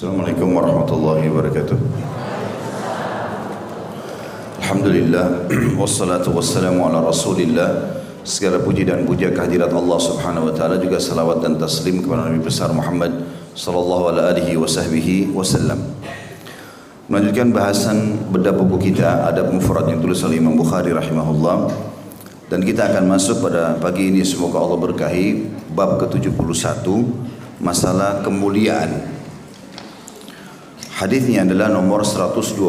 Assalamualaikum warahmatullahi wabarakatuh. Alhamdulillah wassalatu wassalamu ala Rasulillah. Segala puji dan puja kehadirat Allah Subhanahu wa taala, juga salawat dan taslim kepada Nabi besar Muhammad sallallahu alaihi wasallam. Melanjutkan bahasan bedah buku kita Adab Mufrad yang tulis oleh Imam Bukhari rahimahullah, dan kita akan masuk pada pagi ini, semoga Allah berkahi, bab ke-71, masalah kemuliaan. Hadisnya adalah nomor 129.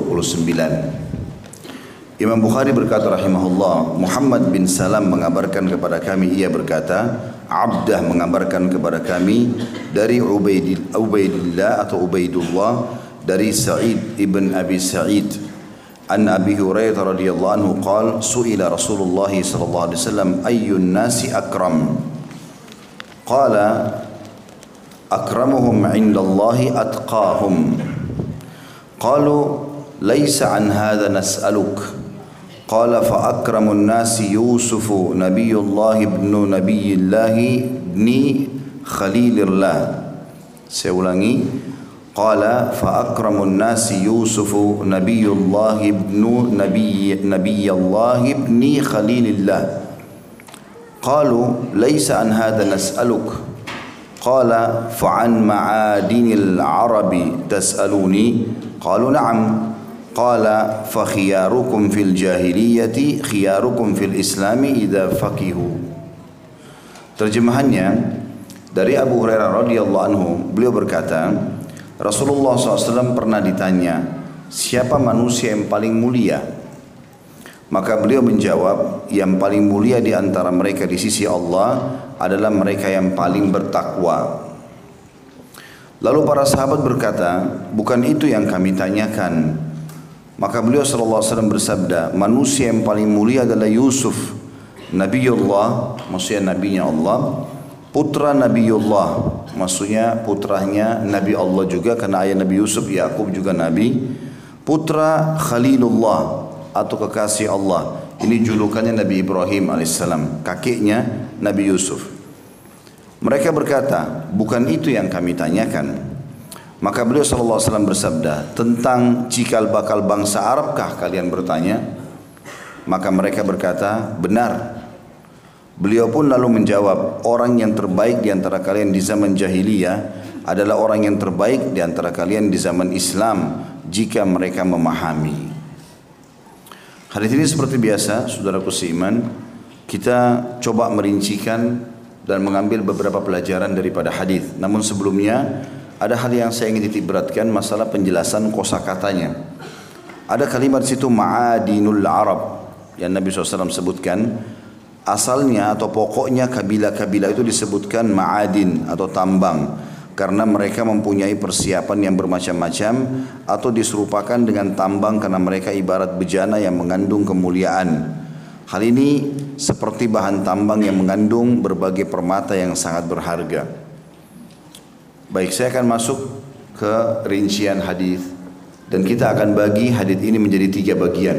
Imam Bukhari berkata rahimahullah, Muhammad bin Salam mengabarkan kepada kami, ia berkata, Abdah mengabarkan kepada kami dari Ubaidillah atau Ubaidullah dari Sa'id ibn Abi Sa'id an Abi Hurairah radhiyallahu anhu qala su'ila Rasulullah sallallahu alaihi wasallam ayyun nasi akram, qala akramuhum 'indallahi atqahum, qalu laysa an hadha nas'aluk, qala fa akramun nasi Yusuf nabiyullah ibnu nabiyillah ibni khalilillah. Saya ulangi, qala fa akramun nasi Yusuf nabiyullah ibnu nabiyillah ibni khalilillah, qalu laysa an hadha nas'aluk, qala fa an ma'adinil arabi tas'aluni, qalu na'am, qala fa khiyarukum fil jahiliyati khiyarukum fil islami idza faqihu. Terjemahannya dari Abu Hurairah radhiyallahu anhu, beliau berkata, Rasulullah SAW pernah ditanya, siapa manusia yang paling mulia? Maka beliau menjawab, yang paling mulia di antara mereka di sisi Allah adalah mereka yang paling bertakwa. Lalu para sahabat berkata, bukan itu yang kami tanyakan. Maka beliau SAW bersabda, manusia yang paling mulia adalah Yusuf, Nabiullah, maksudnya nabinya Allah, putra Nabiullah, maksudnya putranya Nabi Allah juga, karena ayah Nabi Yusuf, Yakub juga Nabi, putra Khalilullah atau kekasih Allah. Ini julukannya Nabi Ibrahim alaihissalam, kakeknya Nabi Yusuf. Mereka berkata, bukan itu yang kami tanyakan. Maka beliau SAW bersabda, tentang cikal bakal bangsa Arabkah kalian bertanya? Maka mereka berkata, benar. Beliau pun lalu menjawab, orang yang terbaik di antara kalian di zaman jahiliyah adalah orang yang terbaik di antara kalian di zaman Islam, jika mereka memahami. Hadis ini seperti biasa, saudaraku seiman, kita coba merincikan dan mengambil beberapa pelajaran daripada hadis. Namun sebelumnya ada hal yang saya ingin titik beratkan, masalah penjelasan kosakatanya. Ada kalimat situ ma'adinul Arab yang Nabi SAW sebutkan. Asalnya atau pokoknya kabilah-kabilah itu disebutkan ma'adin atau tambang, karena mereka mempunyai persiapan yang bermacam-macam atau diserupakan dengan tambang karena mereka ibarat bejana yang mengandung kemuliaan. Hal ini seperti bahan tambang yang mengandung berbagai permata yang sangat berharga. Baik, saya akan masuk ke rincian hadis, dan kita akan bagi hadis ini menjadi 3 bagian.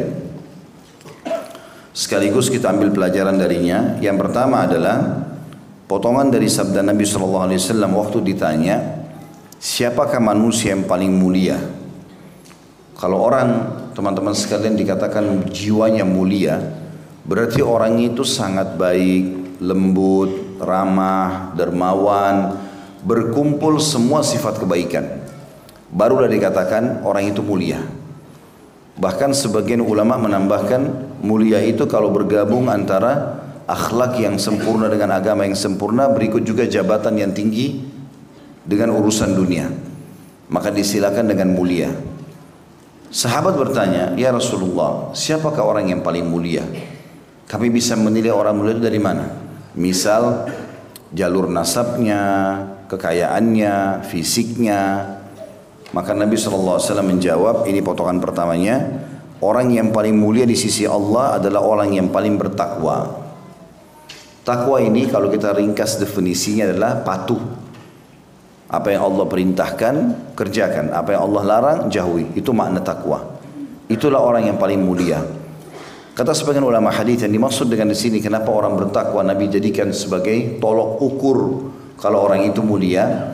Sekaligus kita ambil pelajaran darinya. Yang pertama adalah potongan dari sabda Nabi SAW waktu ditanya, siapakah manusia yang paling mulia? Kalau orang, teman-teman sekalian, dikatakan jiwanya mulia, berarti orang itu sangat baik, lembut, ramah, dermawan, berkumpul semua sifat kebaikan. Barulah dikatakan orang itu mulia. Bahkan sebagian ulama menambahkan, mulia itu kalau bergabung antara akhlak yang sempurna dengan agama yang sempurna, berikut juga jabatan yang tinggi dengan urusan dunia, maka disilakan dengan mulia. Sahabat bertanya, ya Rasulullah, siapakah orang yang paling mulia? Kami bisa menilai orang mulia itu dari mana? Misal jalur nasabnya, kekayaannya, fisiknya. Maka Nabi SAW menjawab, ini potongan pertamanya, orang yang paling mulia di sisi Allah adalah orang yang paling bertakwa. Takwa ini kalau kita ringkas definisinya adalah patuh. Apa yang Allah perintahkan, kerjakan. Apa yang Allah larang, jauhi. Itu makna takwa. Itulah orang yang paling mulia. Kata sebagian ulama hadis, yang dimaksud dengan di sini, kenapa orang bertakwa Nabi jadikan sebagai tolok ukur kalau orang itu mulia?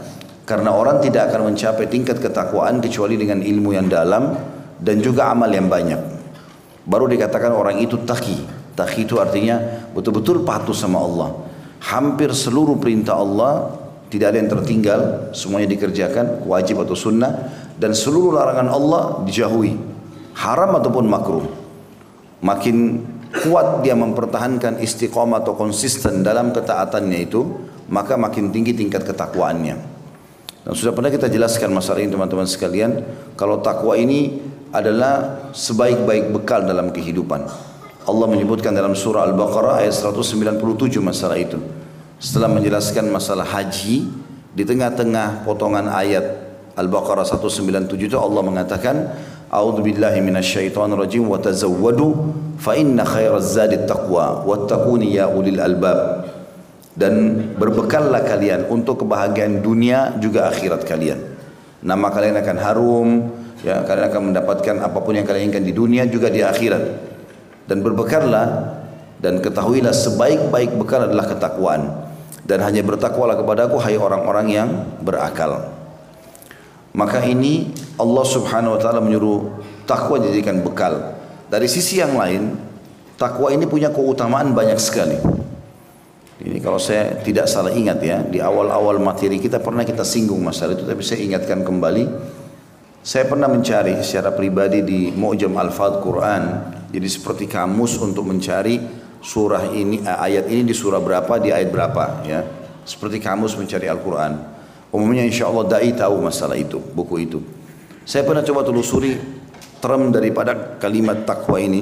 Karena orang tidak akan mencapai tingkat ketakwaan kecuali dengan ilmu yang dalam dan juga amal yang banyak. Baru dikatakan orang itu taqi. Taqi itu artinya betul-betul patuh sama Allah. Hampir seluruh perintah Allah tidak ada yang tertinggal, semuanya dikerjakan, wajib atau sunnah, dan seluruh larangan Allah dijauhi, haram ataupun makruh. Makin kuat dia mempertahankan istiqamah atau konsisten dalam ketaatannya itu, maka makin tinggi tingkat ketakwaannya. Dan sudah pernah kita jelaskan masalah ini teman-teman sekalian, kalau takwa ini adalah sebaik-baik bekal dalam kehidupan. Allah menyebutkan dalam surah Al-Baqarah ayat 197 masalah itu. Setelah menjelaskan masalah haji, di tengah-tengah potongan ayat Al-Baqarah 197 itu Allah mengatakan, A'udzubillahi minasyaitonirrajim wa tazawwadu fa inna khairaz zadit taqwa wattaquni ya ulil albab. Dan berbekallah kalian untuk kebahagiaan dunia juga akhirat kalian. Nama kalian akan harum, ya, kalian akan mendapatkan apapun yang kalian inginkan di dunia juga di akhirat. Dan berbekallah dan ketahuilah sebaik-baik bekal adalah ketakwaan. Dan hanya bertakwalah kepadaku hai orang-orang yang berakal. Maka ini Allah subhanahu wa ta'ala menyuruh takwa dijadikan bekal. Dari sisi yang lain, takwa ini punya keutamaan banyak sekali. Ini kalau saya tidak salah ingat ya, di awal-awal materi kita pernah kita singgung masalah itu, tapi saya ingatkan kembali. Saya pernah mencari secara pribadi di Mu'jam Al-Fadh Quran, jadi seperti kamus untuk mencari surah ini, ayat ini di surah berapa, di ayat berapa, ya. Seperti kamus mencari Al-Quran. Umumnya insya Allah da'i tahu masalah itu, buku itu. Saya pernah coba telusuri term daripada kalimat takwa ini.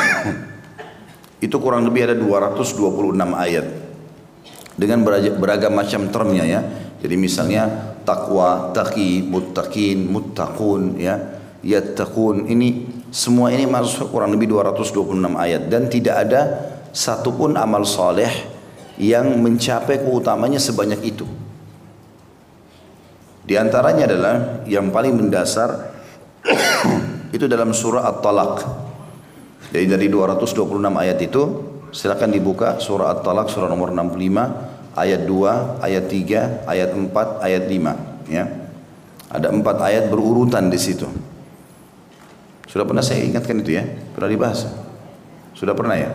Itu kurang lebih ada 226 ayat dengan beragam macam termnya ya. Jadi misalnya takwa, taqi, muttaqin, muttaqun, ya, yattaqun. Ini semua ini masuk kurang lebih 226 ayat dan tidak ada satupun amal soleh yang mencapai keutamanya sebanyak itu. Di antaranya adalah yang paling mendasar itu dalam surah At-Talaq. Jadi dari 226 ayat itu silakan dibuka surah At-Talaq surah nomor 65 ayat 2, ayat 3, ayat 4, ayat 5 ya. Ada 4 ayat berurutan di situ. Sudah pernah saya ingatkan itu ya? Pernah dibahas? Sudah pernah ya?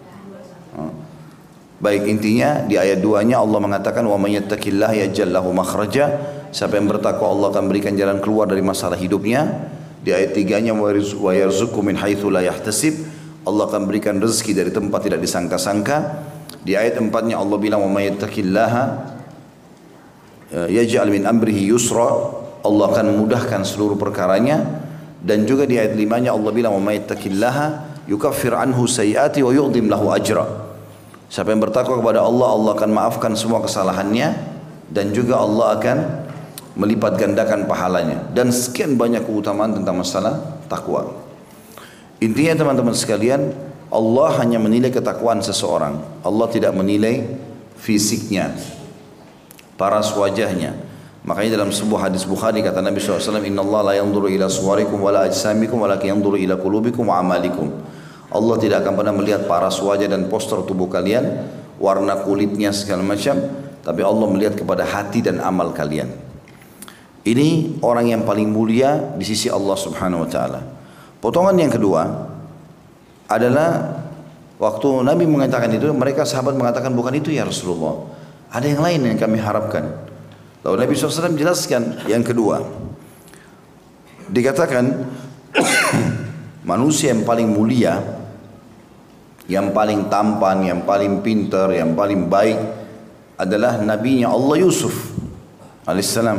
Baik, intinya di ayat 2-nya Allah mengatakan wa may yattaqillaha yaj'al lahu makhraja. Siapa yang bertakwa Allah akan berikan jalan keluar dari masalah hidupnya. Di ayat 3-nya wa yarzuqhu min haitsu la yahtasib. Allah akan berikan rezeki dari tempat tidak disangka-sangka. Di ayat 4-nya Allah bilang wa may yattaqillaha yaj'al min amrihi yusra. Allah akan memudahkan seluruh perkaranya. Dan juga di ayat 5-nya Allah bilang wa may yattaqillaha yukaffir anhu sayyi'ati wa yu'dhim lahu ajra. Siapa yang bertakwa kepada Allah, Allah akan maafkan semua kesalahannya dan juga Allah akan melipat gandakan pahalanya. Dan sekian banyak keutamaan tentang masalah takwa. Intinya teman-teman sekalian, Allah hanya menilai ketakwaan seseorang. Allah tidak menilai fisiknya, paras wajahnya. Makanya dalam sebuah hadis Bukhari kata Nabi SAW, Inna Allah la yanzuru ila suwarikum wa la ajsamikum walakin yanzuru ila qulubikum wa amalikum. Allah tidak akan pernah melihat paras wajah dan postur tubuh kalian, warna kulitnya segala macam, tapi Allah melihat kepada hati dan amal kalian. Ini orang yang paling mulia di sisi Allah Subhanahu wa taala. Potongan yang kedua adalah waktu Nabi mengatakan itu, mereka sahabat mengatakan bukan itu ya Rasulullah. Ada yang lain yang kami harapkan. Lalu Nabi SAW jelaskan yang kedua. Dikatakan manusia yang paling mulia, yang paling tampan, yang paling pintar, yang paling baik adalah nabinya Allah Yusuf alaihissalam.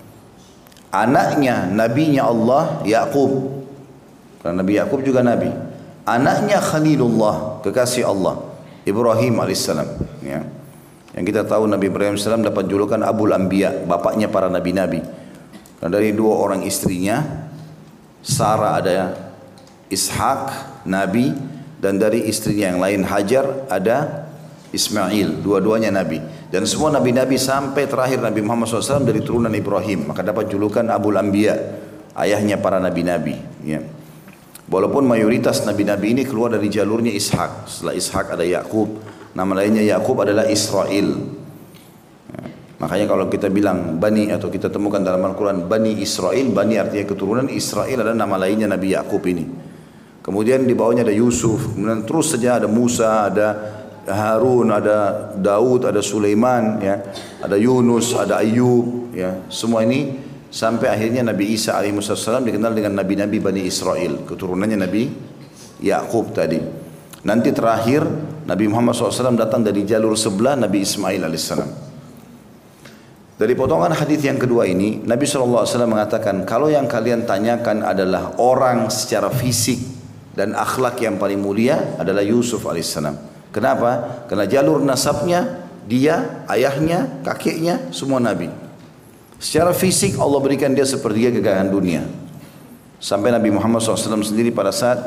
Anaknya nabinya Allah Yaqub. Karena Nabi Yaqub juga nabi. Anaknya Khalilullah, kekasih Allah, Ibrahim alaihissalam, ya. Yang kita tahu Nabi Ibrahim alaihissalam dapat julukan Abul Anbiya, bapaknya para nabi-nabi. Karena dari dua orang istrinya, Sarah ada Ishak, nabi, dan dari istrinya yang lain Hajar ada Ismail, dua-duanya nabi. Dan semua nabi-nabi sampai terakhir Nabi Muhammad SAW dari turunan Ibrahim, maka dapat julukan Abul Anbiya, ayahnya para nabi-nabi, ya. Walaupun mayoritas nabi-nabi ini keluar dari jalurnya Ishak. Setelah Ishak ada Yakub, nama lainnya Yakub adalah Israel. Makanya kalau kita bilang Bani atau kita temukan dalam Al-Quran Bani Israel, Bani artinya keturunan, Israel adalah nama lainnya Nabi Yakub ini. Kemudian di bawahnya ada Yusuf, kemudian terus saja ada Musa, ada Harun, ada Daud, ada Sulaiman, ya, ada Yunus, ada Ayub, ya. Semua ini sampai akhirnya Nabi Isa alaihissalam dikenal dengan Nabi-Nabi Bani Israel, keturunannya Nabi Yakub tadi. Nanti terakhir Nabi Muhammad SAW datang dari jalur sebelah Nabi Ismail alaihissalam. Dari potongan hadis yang kedua ini, Nabi SAW mengatakan, kalau yang kalian tanyakan adalah orang secara fisik dan akhlak yang paling mulia adalah Yusuf alaihissalam. Kenapa? Karena jalur nasabnya, dia, ayahnya, kakeknya, semua Nabi. Secara fisik Allah berikan dia sepertiga kekayaan dunia. Sampai Nabi Muhammad SAW sendiri pada saat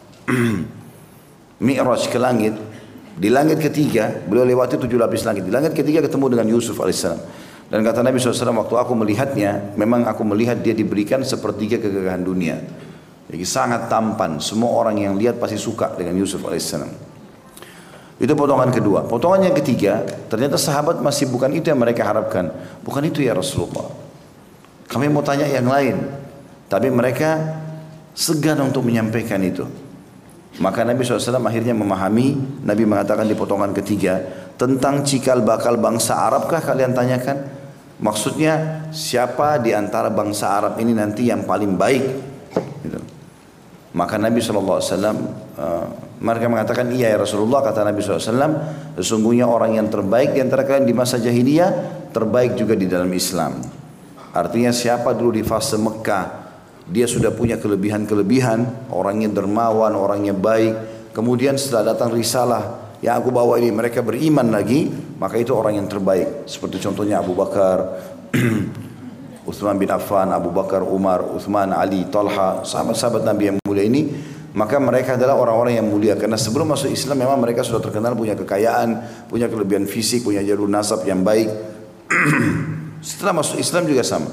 Mi'raj ke langit, di langit ketiga, beliau lewati 7 lapis langit. Di langit ketiga ketemu dengan Yusuf alaihissalam. Dan kata Nabi SAW, waktu aku melihatnya, memang aku melihat dia diberikan sepertiga kekayaan dunia. Jadi sangat tampan, semua orang yang lihat pasti suka dengan Yusuf alaihissalam. Itu potongan kedua. Potongan yang ketiga, ternyata sahabat masih bukan itu yang mereka harapkan. Bukan itu ya Rasulullah. Kami mau tanya yang lain. Tapi mereka segan untuk menyampaikan itu. Maka Nabi SAW akhirnya memahami. Nabi mengatakan di potongan ketiga, tentang cikal bakal bangsa Arabkah kalian tanyakan? Maksudnya siapa di antara bangsa Arab ini nanti yang paling baik? Gitu. Maka Nabi SAW mereka mengatakan, iya ya Rasulullah, kata Nabi SAW, sesungguhnya orang yang terbaik di antara kalian di masa jahiliyah, terbaik juga di dalam Islam. Artinya siapa dulu di fase Mekah, dia sudah punya kelebihan-kelebihan, orangnya dermawan, orangnya baik, kemudian setelah datang risalah yang aku bawa ini, mereka beriman lagi, maka itu orang yang terbaik. Seperti contohnya Abu Bakar, Uthman bin Affan, Abu Bakar, Umar, Uthman, Ali, Talha, sahabat-sahabat Nabi yang mulia ini. Maka mereka adalah orang-orang yang mulia. Karena sebelum masuk Islam memang mereka sudah terkenal punya kekayaan, punya kelebihan fisik, punya jalur nasab yang baik. Setelah masuk Islam juga sama.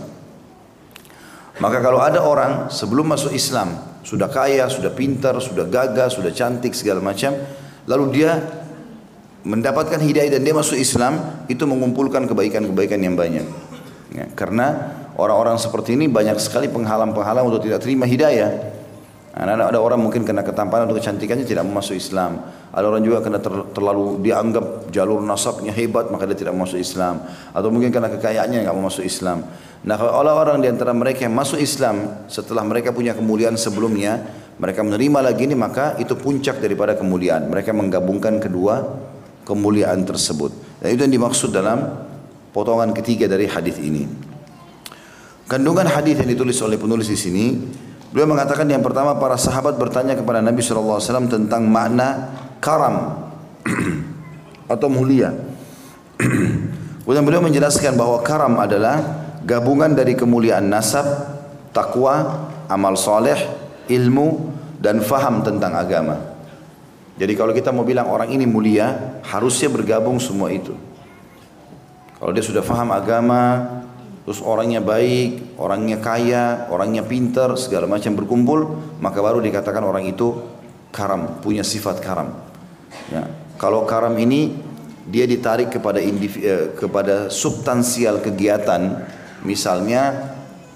Maka kalau ada orang sebelum masuk Islam sudah kaya, sudah pintar, sudah gagah, sudah cantik segala macam, lalu dia mendapatkan hidayah dan dia masuk Islam, itu mengumpulkan kebaikan-kebaikan yang banyak. Ya, karena orang-orang seperti ini banyak sekali penghalang-penghalang untuk tidak terima hidayah. Ada orang mungkin kena ketampanan atau kecantikannya tidak mau masuk Islam. Ada orang juga kena terlalu dianggap jalur nasabnya hebat, maka dia tidak mau masuk Islam. Atau mungkin kena kekayaannya nggak mau masuk Islam. Nah, kalau orang di antara mereka yang masuk Islam setelah mereka punya kemuliaan sebelumnya, mereka menerima lagi ini, maka itu puncak daripada kemuliaan. Mereka menggabungkan kedua kemuliaan tersebut. Dan itu yang dimaksud dalam potongan ketiga dari hadis ini. Kandungan hadis yang ditulis oleh penulis di sini, beliau mengatakan yang pertama, para sahabat bertanya kepada Nabi SAW tentang makna karam atau mulia. Kemudian beliau menjelaskan bahwa karam adalah gabungan dari kemuliaan nasab, takwa, amal soleh, ilmu, dan faham tentang agama. Jadi kalau kita mau bilang orang ini mulia, harusnya bergabung semua itu. Kalau dia sudah faham agama, terus orangnya baik, orangnya kaya, orangnya pintar, segala macam berkumpul, maka baru dikatakan orang itu karam, punya sifat karam. Ya. Kalau karam ini dia ditarik kepada substansial kegiatan, misalnya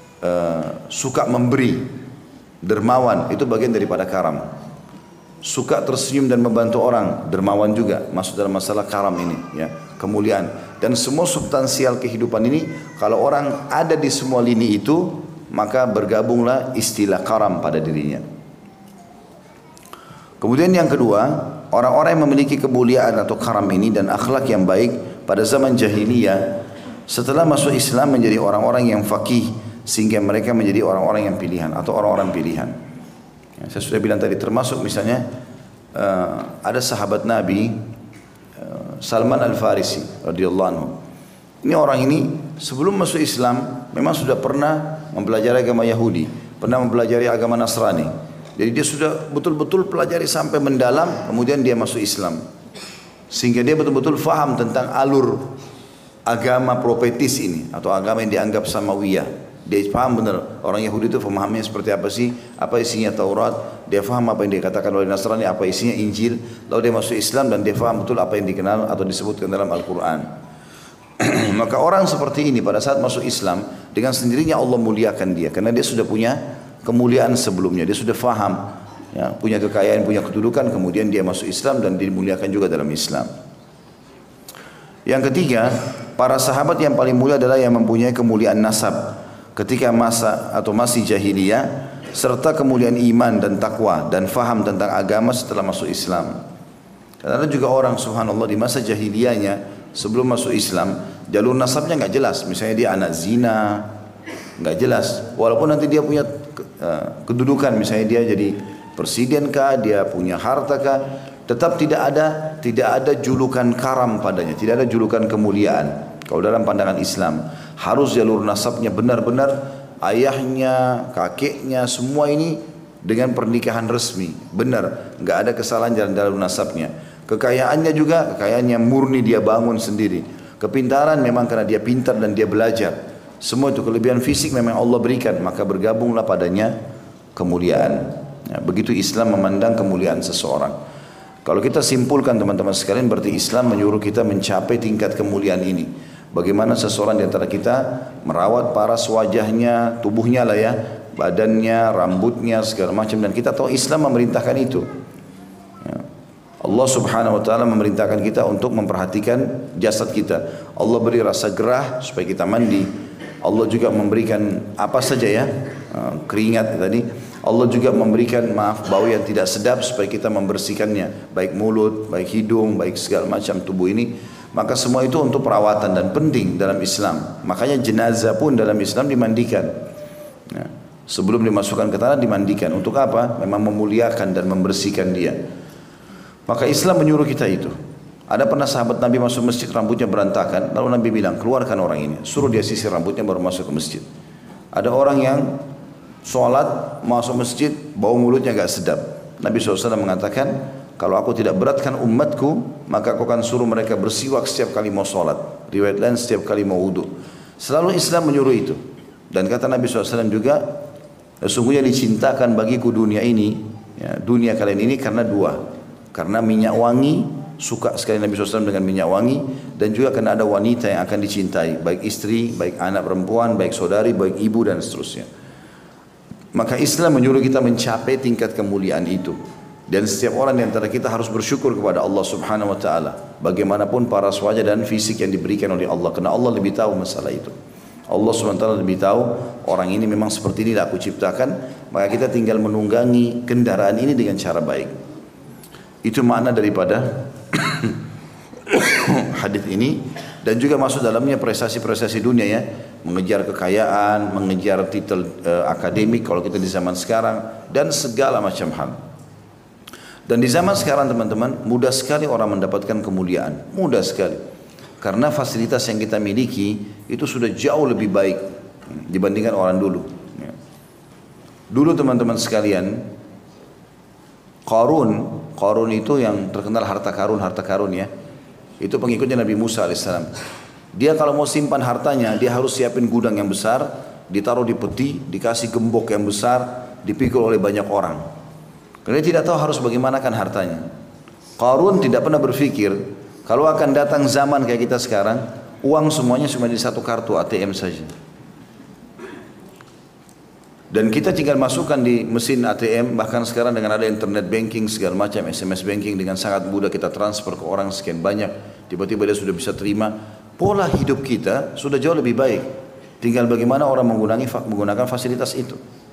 suka memberi, dermawan, itu bagian daripada karam. Suka tersenyum dan membantu orang, dermawan juga, masuk dalam masalah karam ini, ya, kemuliaan. Dan semua substansial kehidupan ini, kalau orang ada di semua lini itu, maka bergabunglah istilah karam pada dirinya. Kemudian yang kedua, orang-orang yang memiliki kemuliaan atau karam ini dan akhlak yang baik pada zaman jahiliyah, setelah masuk Islam menjadi orang-orang yang faqih, sehingga mereka menjadi orang-orang yang pilihan atau orang-orang pilihan. Ya, saya sudah bilang tadi, termasuk misalnya ada sahabat Nabi Salman Al-Farisi radhiyallahu anhu. Ini orang ini sebelum masuk Islam memang sudah pernah mempelajari agama Yahudi, pernah mempelajari agama Nasrani. Jadi dia sudah betul-betul pelajari sampai mendalam, kemudian dia masuk Islam. Sehingga dia betul-betul faham tentang alur agama profetis ini atau agama yang dianggap samawiyah. Dia paham benar orang Yahudi itu pemahamannya seperti apa sih, apa isinya Taurat, dia paham apa yang dikatakan oleh Nasrani, apa isinya Injil, lalu dia masuk Islam dan dia paham betul apa yang dikenal atau disebutkan dalam Al-Quran. Maka orang seperti ini pada saat masuk Islam, dengan sendirinya Allah muliakan dia, karena dia sudah punya kemuliaan sebelumnya, dia sudah faham, ya, punya kekayaan, punya kedudukan, kemudian dia masuk Islam dan dimuliakan juga dalam Islam. Yang ketiga, para sahabat yang paling mulia adalah yang mempunyai kemuliaan nasab ketika masa atau masih jahiliyah, serta kemuliaan iman dan takwa dan faham tentang agama setelah masuk Islam. Karena ada juga orang subhanallah di masa jahiliyahnya sebelum masuk Islam, jalur nasabnya nggak jelas. Misalnya dia anak zina, nggak jelas. Walaupun nanti dia punya kedudukan, misalnya dia jadi presiden kah, dia punya harta kah, tetap tidak ada julukan karam padanya, tidak ada julukan kemuliaan. Kalau dalam pandangan Islam, harus jalur nasabnya benar-benar ayahnya, kakeknya, semua ini dengan pernikahan resmi, benar, nggak ada kesalahan dalam jalur nasabnya. Kekayaannya juga kekayaan yang murni dia bangun sendiri. Kepintaran memang karena dia pintar dan dia belajar. Semua itu kelebihan fisik memang Allah berikan, maka bergabunglah padanya kemuliaan. Ya, begitu Islam memandang kemuliaan seseorang. Kalau kita simpulkan teman-teman sekalian, berarti Islam menyuruh kita mencapai tingkat kemuliaan ini. Bagaimana seseorang di antara kita merawat paras wajahnya, tubuhnya lah ya, badannya, rambutnya, segala macam. Dan kita tahu Islam memerintahkan itu. Allah subhanahu wa ta'ala memerintahkan kita untuk memperhatikan jasad kita. Allah beri rasa gerah supaya kita mandi. Allah juga memberikan apa saja ya, keringat tadi. Allah juga memberikan bau yang tidak sedap supaya kita membersihkannya. Baik mulut, baik hidung, baik segala macam tubuh ini. Maka semua itu untuk perawatan dan penting dalam Islam. Makanya jenazah pun dalam Islam dimandikan. Sebelum dimasukkan ke tanah dimandikan. Untuk apa? Memang memuliakan dan membersihkan dia. Maka Islam menyuruh kita itu. Ada pernah sahabat Nabi masuk masjid, rambutnya berantakan, lalu Nabi bilang, keluarkan orang ini, suruh dia sisir rambutnya baru masuk ke masjid. Ada orang yang sholat masuk masjid, bau mulutnya gak sedap. Nabi SAW mengatakan, kalau aku tidak beratkan umatku, maka aku akan suruh mereka bersiwak setiap kali mau sholat. Riwayat lain setiap kali mau wudu. Selalu Islam menyuruh itu. Dan kata Nabi SAW juga, sesungguhnya dicintakan bagiku dunia ini, ya, dunia kalian ini karena dua. Karena minyak wangi, suka sekali Nabi SAW dengan minyak wangi, dan juga karena ada wanita yang akan dicintai, baik istri, baik anak perempuan, baik saudari, baik ibu dan seterusnya. Maka Islam menyuruh kita mencapai tingkat kemuliaan itu. Dan setiap orang di antara kita harus bersyukur kepada Allah Subhanahu wa taala. Bagaimanapun paras wajah dan fisik yang diberikan oleh Allah, karena Allah lebih tahu masalah itu. Allah Subhanahu wa taala lebih tahu orang ini memang seperti ini aku ciptakan, maka kita tinggal menunggangi kendaraan ini dengan cara baik. Itu makna daripada hadis ini, dan juga masuk dalamnya prestasi-prestasi dunia ya, mengejar kekayaan, mengejar titel akademik kalau kita di zaman sekarang, dan segala macam hal. Dan di zaman sekarang teman-teman, mudah sekali orang mendapatkan kemuliaan, mudah sekali, karena fasilitas yang kita miliki itu sudah jauh lebih baik dibandingkan orang dulu. Dulu teman-teman sekalian, Qarun itu yang terkenal harta karun ya. Itu pengikutnya Nabi Musa alaihissalam. Dia kalau mau simpan hartanya, dia harus siapin gudang yang besar, ditaruh di peti, dikasih gembok yang besar, dipikul oleh banyak orang. Karena dia tidak tahu harus bagaimanakan hartanya. Qarun tidak pernah berpikir kalau akan datang zaman kayak kita sekarang, uang semuanya cuma di satu kartu ATM saja. Dan kita tinggal masukkan di mesin ATM, bahkan sekarang dengan ada internet banking segala macam, SMS banking, dengan sangat mudah kita transfer ke orang sekian banyak, tiba-tiba dia sudah bisa terima. Pola hidup kita sudah jauh lebih baik, tinggal bagaimana orang menggunakan fasilitas itu.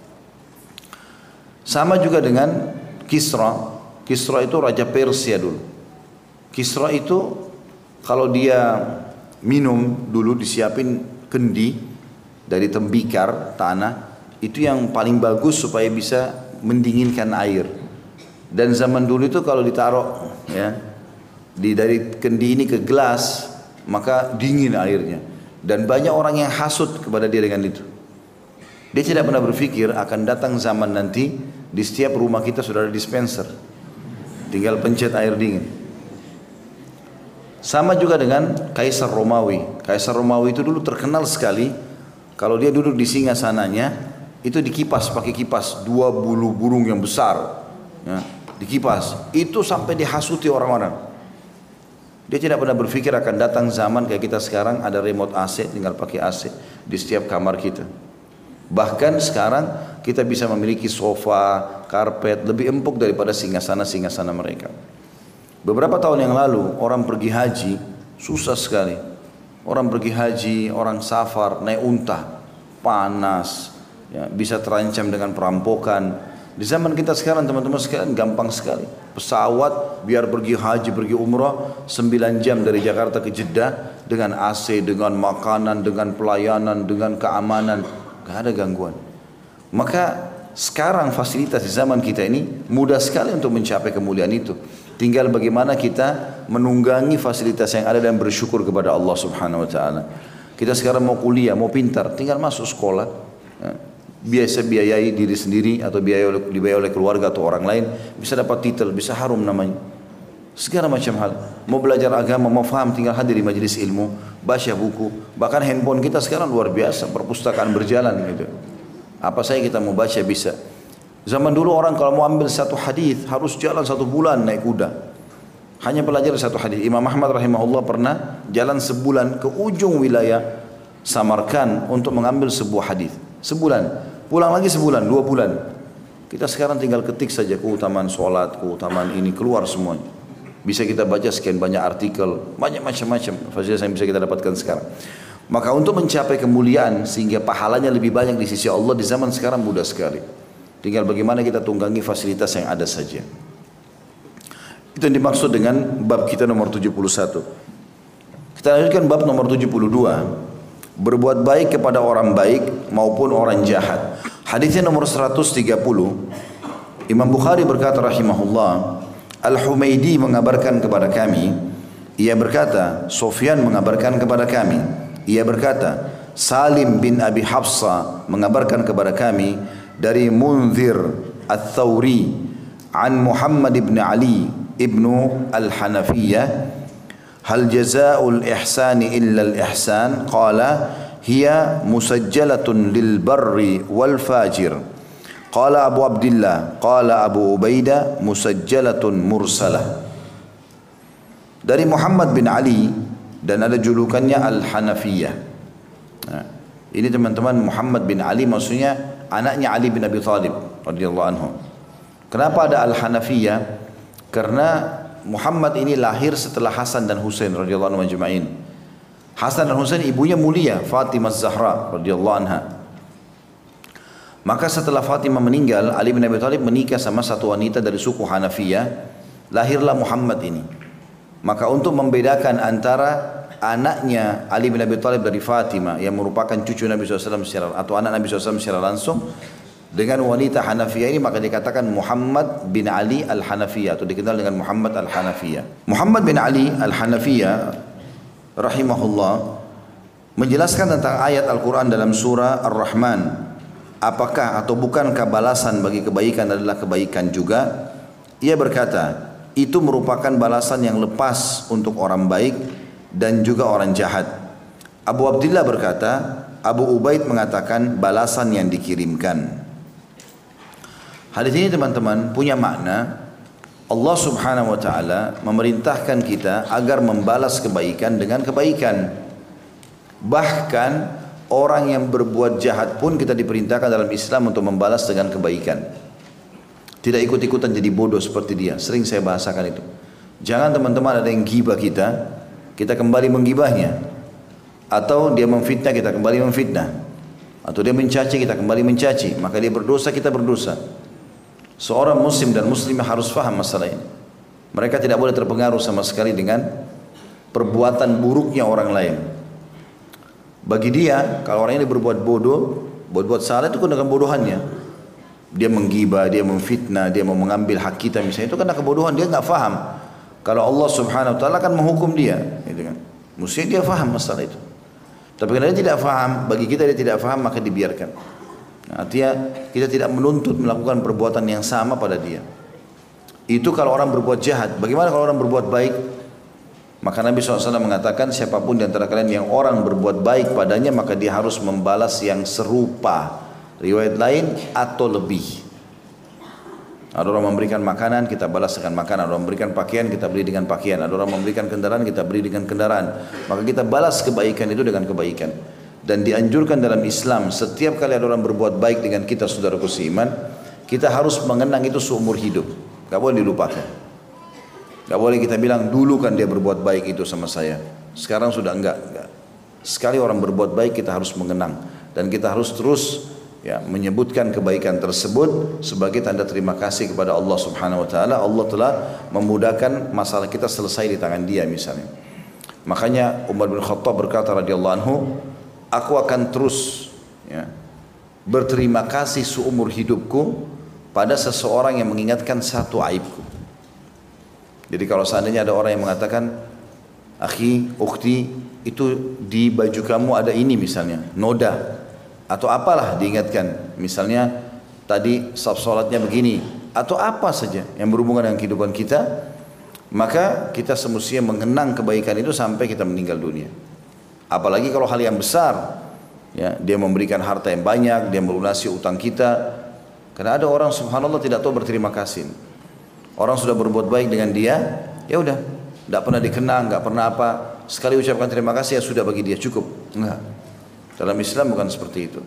Sama juga dengan Kisra. Kisra itu raja Persia dulu. Kisra itu kalau dia minum dulu disiapin kendi dari tembikar tanah, itu yang paling bagus supaya bisa mendinginkan air. Dan zaman dulu itu kalau ditaruh ya dari kendi ini ke gelas, maka dingin airnya. Dan banyak orang yang hasut kepada dia dengan itu. Dia tidak pernah berpikir akan datang zaman nanti di setiap rumah kita sudah ada dispenser, tinggal pencet air dingin. Sama juga dengan Kaisar Romawi. Kaisar Romawi itu dulu terkenal sekali, kalau dia duduk di singgasananya itu dikipas pakai kipas, 2 bulu burung yang besar ya, dikipas, itu sampai dihasuti orang-orang. Dia tidak pernah berpikir akan datang zaman kayak kita sekarang ada remote AC, tinggal pakai AC di setiap kamar kita. Bahkan sekarang kita bisa memiliki sofa, karpet lebih empuk daripada singgasana-singgasana mereka. Beberapa tahun yang lalu orang pergi haji susah sekali. Orang pergi haji, orang safar naik unta, panas, ya, bisa terancam dengan perampokan. Di zaman kita sekarang teman-teman sekalian gampang sekali. Pesawat biar pergi haji, pergi umrah 9 jam dari Jakarta ke Jeddah dengan AC, dengan makanan, dengan pelayanan, dengan keamanan, gak ada gangguan. Maka sekarang fasilitas di zaman kita ini mudah sekali untuk mencapai kemuliaan itu. Tinggal bagaimana kita menunggangi fasilitas yang ada dan bersyukur kepada Allah Subhanahu wa taala. Kita sekarang mau kuliah, mau pintar, tinggal masuk sekolah. Biasa biayai diri sendiri atau dibiayai oleh keluarga atau orang lain, bisa dapat titel, bisa harum namanya. Segala macam hal. Mau belajar agama, mau faham, tinggal hadir di majelis ilmu, baca buku. Bahkan handphone kita sekarang luar biasa, perpustakaan berjalan gitu. Apa saja kita mau baca bisa. Zaman dulu orang kalau mau ambil satu hadis harus jalan 1 bulan naik kuda. Hanya belajar satu hadis. Imam Ahmad rahimahullah pernah jalan sebulan ke ujung wilayah Samarkand untuk mengambil sebuah hadis. Sebulan. Pulang lagi sebulan, 2 bulan. Kita sekarang tinggal ketik saja keutamaan sholat, keutamaan ini, keluar semuanya. Bisa kita baca sekian banyak artikel, banyak macam-macam fasilitas yang bisa kita dapatkan sekarang. Maka untuk mencapai kemuliaan sehingga pahalanya lebih banyak di sisi Allah di zaman sekarang mudah sekali. Tinggal bagaimana kita tunggangi fasilitas yang ada saja. Itu yang dimaksud dengan bab kita nomor 71. Kita lanjutkan bab nomor 72. Berbuat baik kepada orang baik maupun orang jahat. Hadisnya nomor 130. Imam Bukhari berkata rahimahullah, Al-Humaydi mengabarkan kepada kami, ia berkata, Sufyan mengabarkan kepada kami, ia berkata, Salim bin Abi Hafsa mengabarkan kepada kami dari Munzir Al-Thawri an Muhammad ibn Ali ibnu Al-Hanafiyah, hal jazaa'ul ihsani illa al-ihsan? Qala hiya musajjalatun lil barri wal fajir. Qala Abu Abdullah, qala Abu Ubaidah musajjalatun mursalah. Dari Muhammad bin Ali dan ada julukannya Al-Hanafiyah. Nah, ini teman-teman Muhammad bin Ali maksudnya anaknya Ali bin Abi Thalib radhiyallahu anhu. Kenapa ada Al-Hanafiyah? Karena Muhammad ini lahir setelah Hasan dan Husain radhiyallahu anhu majma'in. Hasan dan Husain ibunya mulia Fatimah Zahra radhiyallahu anha. Maka setelah Fatimah meninggal, Ali bin Abi Thalib menikah sama satu wanita dari suku Hanafiyah, lahirlah Muhammad ini. Maka untuk membedakan antara anaknya Ali bin Abi Thalib dari Fatimah yang merupakan cucu Nabi SAW atau anak Nabi SAW secara langsung dengan wanita Hanafiyah ini, maka dikatakan Muhammad bin Ali Al-Hanafiyah atau dikenal dengan Muhammad Al-Hanafiyah. Muhammad bin Ali Al-Hanafiyah rahimahullah menjelaskan tentang ayat Al-Quran dalam surah Ar-Rahman. Apakah atau bukankah balasan bagi kebaikan adalah kebaikan juga? Ia berkata, itu merupakan balasan yang lepas untuk orang baik dan juga orang jahat. Abu Abdullah berkata, Abu Ubaid mengatakan balasan yang dikirimkan. Hadis ini teman-teman punya makna Allah Subhanahu wa taala memerintahkan kita agar membalas kebaikan dengan kebaikan. Bahkan orang yang berbuat jahat pun kita diperintahkan dalam Islam untuk membalas dengan kebaikan. Tidak ikut-ikutan jadi bodoh seperti dia. Sering saya bahasakan itu. Jangan teman-teman ada yang gibah kita kembali menggibahnya. Atau dia memfitnah, kita kembali memfitnah. Atau dia mencaci, kita kembali mencaci. Maka dia berdosa, kita berdosa. Seorang muslim dan muslimah harus faham masalah ini. Mereka tidak boleh terpengaruh sama sekali dengan perbuatan buruknya orang lain. Bagi dia, kalau orang ini berbuat bodoh, berbuat salah itu dengan kebodohannya. Dia menggibah, dia memfitnah, dia mau mengambil hak kita misalnya, itu karena kebodohan, dia nggak faham. Kalau Allah Subhanahu wa taala akan menghukum dia, gitu kan. Mesti dia faham masalah itu. Tapi kalau dia tidak faham, bagi kita dia tidak faham, maka dibiarkan. Nah, artinya kita tidak menuntut melakukan perbuatan yang sama pada dia. Itu kalau orang berbuat jahat. Bagaimana kalau orang berbuat baik? Maka Nabi SAW mengatakan siapapun di antara kalian yang orang berbuat baik padanya, maka dia harus membalas yang serupa. Riwayat lain atau lebih. Ada orang memberikan makanan, kita balas dengan makanan. Ada orang memberikan pakaian, kita beri dengan pakaian. Ada orang memberikan kendaraan, kita beri dengan kendaraan. Maka kita balas kebaikan itu dengan kebaikan. Dan dianjurkan dalam Islam, setiap kali ada orang berbuat baik dengan kita, saudaraku seiman, kita harus mengenang itu seumur hidup. Gak boleh dilupakan. Gak boleh kita bilang, dulu kan dia berbuat baik itu sama saya. Sekarang sudah enggak. Sekali orang berbuat baik, kita harus mengenang. Dan kita harus terus menyebutkan kebaikan tersebut sebagai tanda terima kasih kepada Allah Subhanahu wa taala. Allah telah memudahkan masalah kita selesai di tangan Dia misalnya. Makanya Umar bin Khattab berkata radhiyallahu anhu, aku akan terus berterima kasih seumur hidupku pada seseorang yang mengingatkan satu aibku. Jadi kalau seandainya ada orang yang mengatakan, akhi, ukhti, itu di baju kamu ada ini misalnya, noda, atau apalah diingatkan, misalnya tadi saf salatnya begini, atau apa saja yang berhubungan dengan kehidupan kita, maka kita semestinya mengenang kebaikan itu sampai kita meninggal dunia. Apalagi kalau hal yang besar, dia memberikan harta yang banyak, dia melunasi utang kita. Karena ada orang subhanallah tidak tahu berterima kasih. Orang sudah berbuat baik dengan dia, ya udah, tidak pernah dikenang, nggak pernah apa. Sekali ucapkan terima kasih ya sudah bagi dia cukup. Enggak. Dalam Islam bukan seperti itu.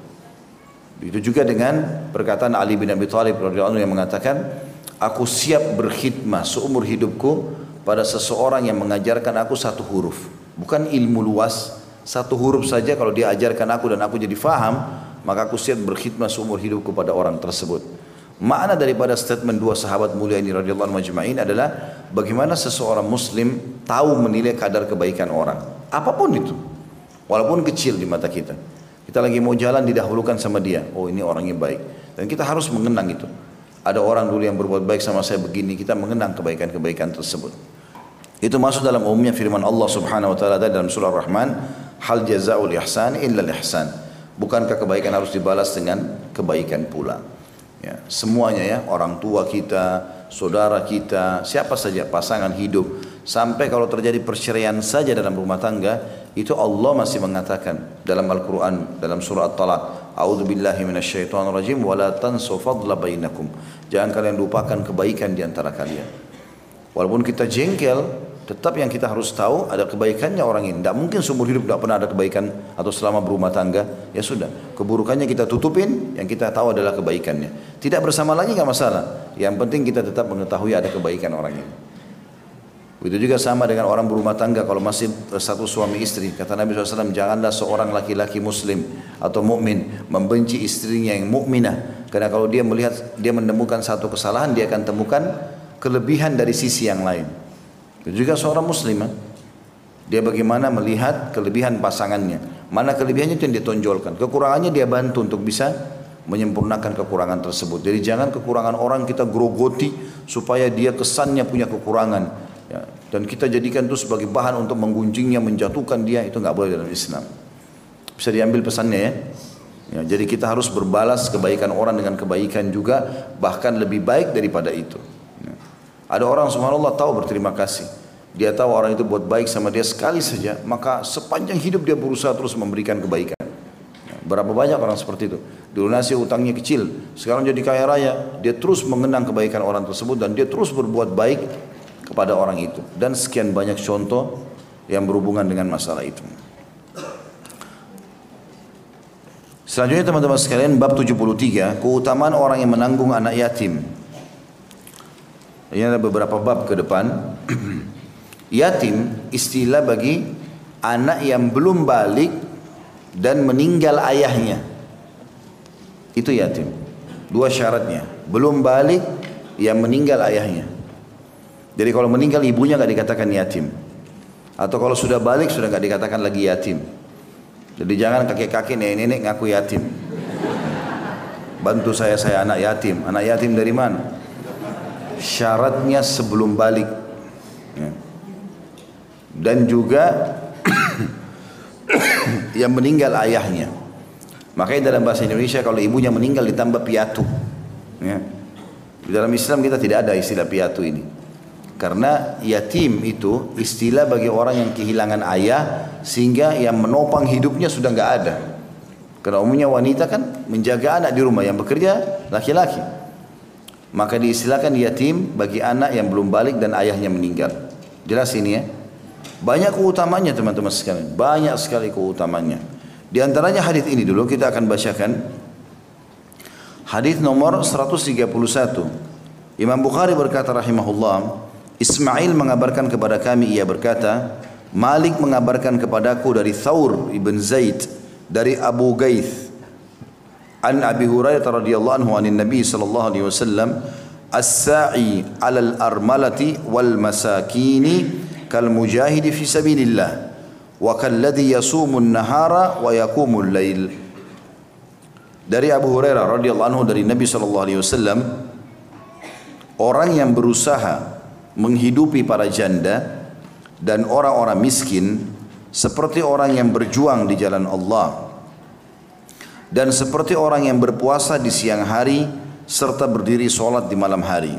Itu juga dengan perkataan Ali bin Abi Thalib radhiyallahu anhu yang mengatakan, aku siap berkhidmah seumur hidupku pada seseorang yang mengajarkan aku satu huruf. Bukan ilmu luas, satu huruf saja kalau dia ajarkan aku dan aku jadi faham, maka aku siap berkhidmah seumur hidupku pada orang tersebut. Makna daripada statement dua sahabat mulia ini radhiyallahu anhu majma'in adalah bagaimana seseorang muslim tahu menilai kadar kebaikan orang. Apapun itu. Walaupun kecil di mata kita. Kita lagi mau jalan didahulukan sama dia. Oh ini orangnya baik. Dan kita harus mengenang itu. Ada orang dulu yang berbuat baik sama saya begini. Kita mengenang kebaikan-kebaikan tersebut. Itu masuk dalam umumnya firman Allah subhanahu wa ta'ala dalam surah Ar-Rahman. Hal jaza'ul ihsan illa al-ihsan. Bukankah kebaikan harus dibalas dengan kebaikan pula. Ya, semuanya ya. Orang tua kita, saudara kita, siapa saja pasangan hidup. Sampai kalau terjadi perceraian saja dalam rumah tangga, itu Allah masih mengatakan dalam Al-Quran, dalam surah At-Talaq, A'udzubillahi minasyaitonirrajim, wa la tansu fadla bainakum. Jangan kalian lupakan kebaikan di antara kalian. Walaupun kita jengkel, tetap yang kita harus tahu ada kebaikannya orang ini. Tidak mungkin seumur hidup tidak pernah ada kebaikan atau selama berumah tangga. Ya sudah, keburukannya kita tutupin, yang kita tahu adalah kebaikannya. Tidak bersama lagi nggak masalah. Yang penting kita tetap mengetahui ada kebaikan orang ini. Begitu juga sama dengan orang berumah tangga kalau masih satu suami istri. Kata Nabi SAW, janganlah seorang laki-laki muslim atau mukmin membenci istrinya yang mukminah. Karena kalau dia melihat, dia menemukan satu kesalahan, dia akan temukan kelebihan dari sisi yang lain. Begitu juga seorang muslimah. Dia bagaimana melihat kelebihan pasangannya. Mana kelebihannya itu yang ditonjolkan. Kekurangannya dia bantu untuk bisa menyempurnakan kekurangan tersebut. Jadi jangan kekurangan orang kita grogoti supaya dia kesannya punya kekurangan. Ya, dan kita jadikan itu sebagai bahan untuk menggunjingnya, menjatuhkan dia, itu nggak boleh dalam Islam. Bisa diambil pesannya ya. Ya, jadi kita harus berbalas kebaikan orang dengan kebaikan juga, bahkan lebih baik daripada itu. Ya. Ada orang subhanallah tahu berterima kasih. Dia tahu orang itu buat baik sama dia sekali saja, maka sepanjang hidup dia berusaha terus memberikan kebaikan. Ya, berapa banyak orang seperti itu. Dilunasi utangnya kecil, sekarang jadi kaya raya, dia terus mengenang kebaikan orang tersebut dan dia terus berbuat baik kepada orang itu. Dan sekian banyak contoh yang berhubungan dengan masalah itu. Selanjutnya teman-teman sekalian, bab 73, keutamaan orang yang menanggung anak yatim. Ini ada beberapa bab ke depan. Yatim istilah bagi anak yang belum balik dan meninggal ayahnya. Itu yatim. Dua syaratnya, belum balik yang meninggal ayahnya. Jadi kalau meninggal ibunya nggak dikatakan yatim, atau kalau sudah balik sudah nggak dikatakan lagi yatim. Jadi jangan kakek-kakek nenek-nenek ngaku yatim. Bantu saya anak yatim. Anak yatim dari mana? Syaratnya sebelum balik. Ya. Dan juga yang meninggal ayahnya. Makanya dalam bahasa Indonesia kalau ibunya meninggal ditambah piatu. Ya. Di dalam Islam kita tidak ada istilah piatu ini. Karena yatim itu istilah bagi orang yang kehilangan ayah sehingga yang menopang hidupnya sudah nggak ada. Karena umumnya wanita kan menjaga anak di rumah, yang bekerja laki-laki. Maka diistilahkan yatim bagi anak yang belum balik dan ayahnya meninggal. Jelas ini ya. Banyak keutamanya teman-teman sekalian. Banyak sekali keutamanya. Di antaranya hadis ini dulu kita akan bacakan. Hadis nomor 131. Imam Bukhari berkata rahimahullah, Ismail mengabarkan kepada kami, ia berkata, Malik mengabarkan kepadaku dari Thawr ibn Zaid, dari Abu Gaith, an Abi Hurairah radhiyallahu anhu anin Nabi sallallahu alaihi wasallam, as-sa'i 'alal armalati wal masakini kal mujahidi fi sabilillah wa kalladhi yasumun nahara wa yaqumul lail. Dari Abu Hurairah radhiyallahu anhu dari Nabi sallallahu alaihi wasallam, orang yang berusaha menghidupi para janda dan orang-orang miskin seperti orang yang berjuang di jalan Allah, dan seperti orang yang berpuasa di siang hari serta berdiri sholat di malam hari.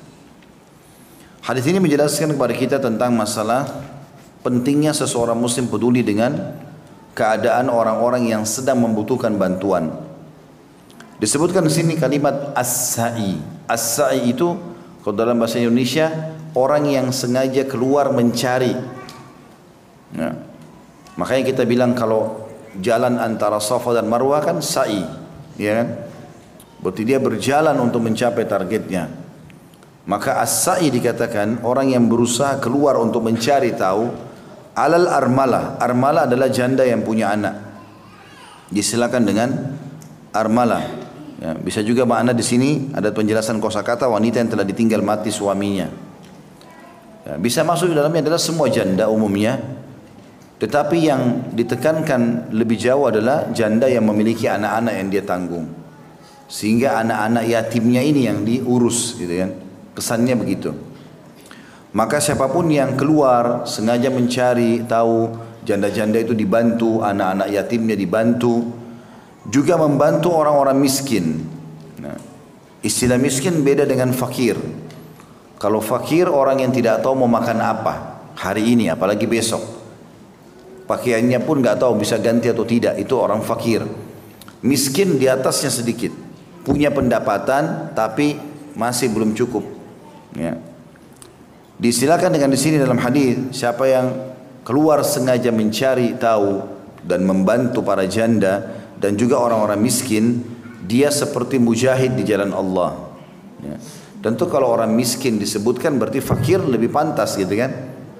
Hadis ini menjelaskan kepada kita tentang masalah pentingnya seseorang muslim peduli dengan keadaan orang-orang yang sedang membutuhkan bantuan. Disebutkan di sini kalimat as-sa'i. As-sa'i itu kalau dalam bahasa Indonesia orang yang sengaja keluar mencari. Nah, makanya kita bilang kalau jalan antara Safa dan Marwah kan sa'i, ya kan? Berarti dia berjalan untuk mencapai targetnya. Maka as-sa'i dikatakan orang yang berusaha keluar untuk mencari tahu. Alal armalah. Armalah adalah janda yang punya anak. Disilakan dengan armalah. Ya, bisa juga makna di sini ada penjelasan kosakata wanita yang telah ditinggal mati suaminya. Ya, bisa masuk di dalamnya adalah semua janda umumnya. Tetapi yang ditekankan lebih jauh adalah janda yang memiliki anak-anak yang dia tanggung. Sehingga anak-anak yatimnya ini yang diurus gitu kan. Kesannya begitu. Maka siapapun yang keluar sengaja mencari tahu, janda-janda itu dibantu, anak-anak yatimnya dibantu, juga membantu orang-orang miskin. Nah, istilah miskin beda dengan fakir. Kalau fakir orang yang tidak tahu mau makan apa hari ini apalagi besok. Pakaiannya pun nggak tahu bisa ganti atau tidak, itu orang fakir. Miskin di atasnya sedikit, punya pendapatan tapi masih belum cukup. Ya. Disilakan dengan di sini dalam hadis, siapa yang keluar sengaja mencari tahu dan membantu para janda dan juga orang-orang miskin, dia seperti mujahid di jalan Allah. Ya. Tentu kalau orang miskin disebutkan berarti fakir lebih pantas gitu kan.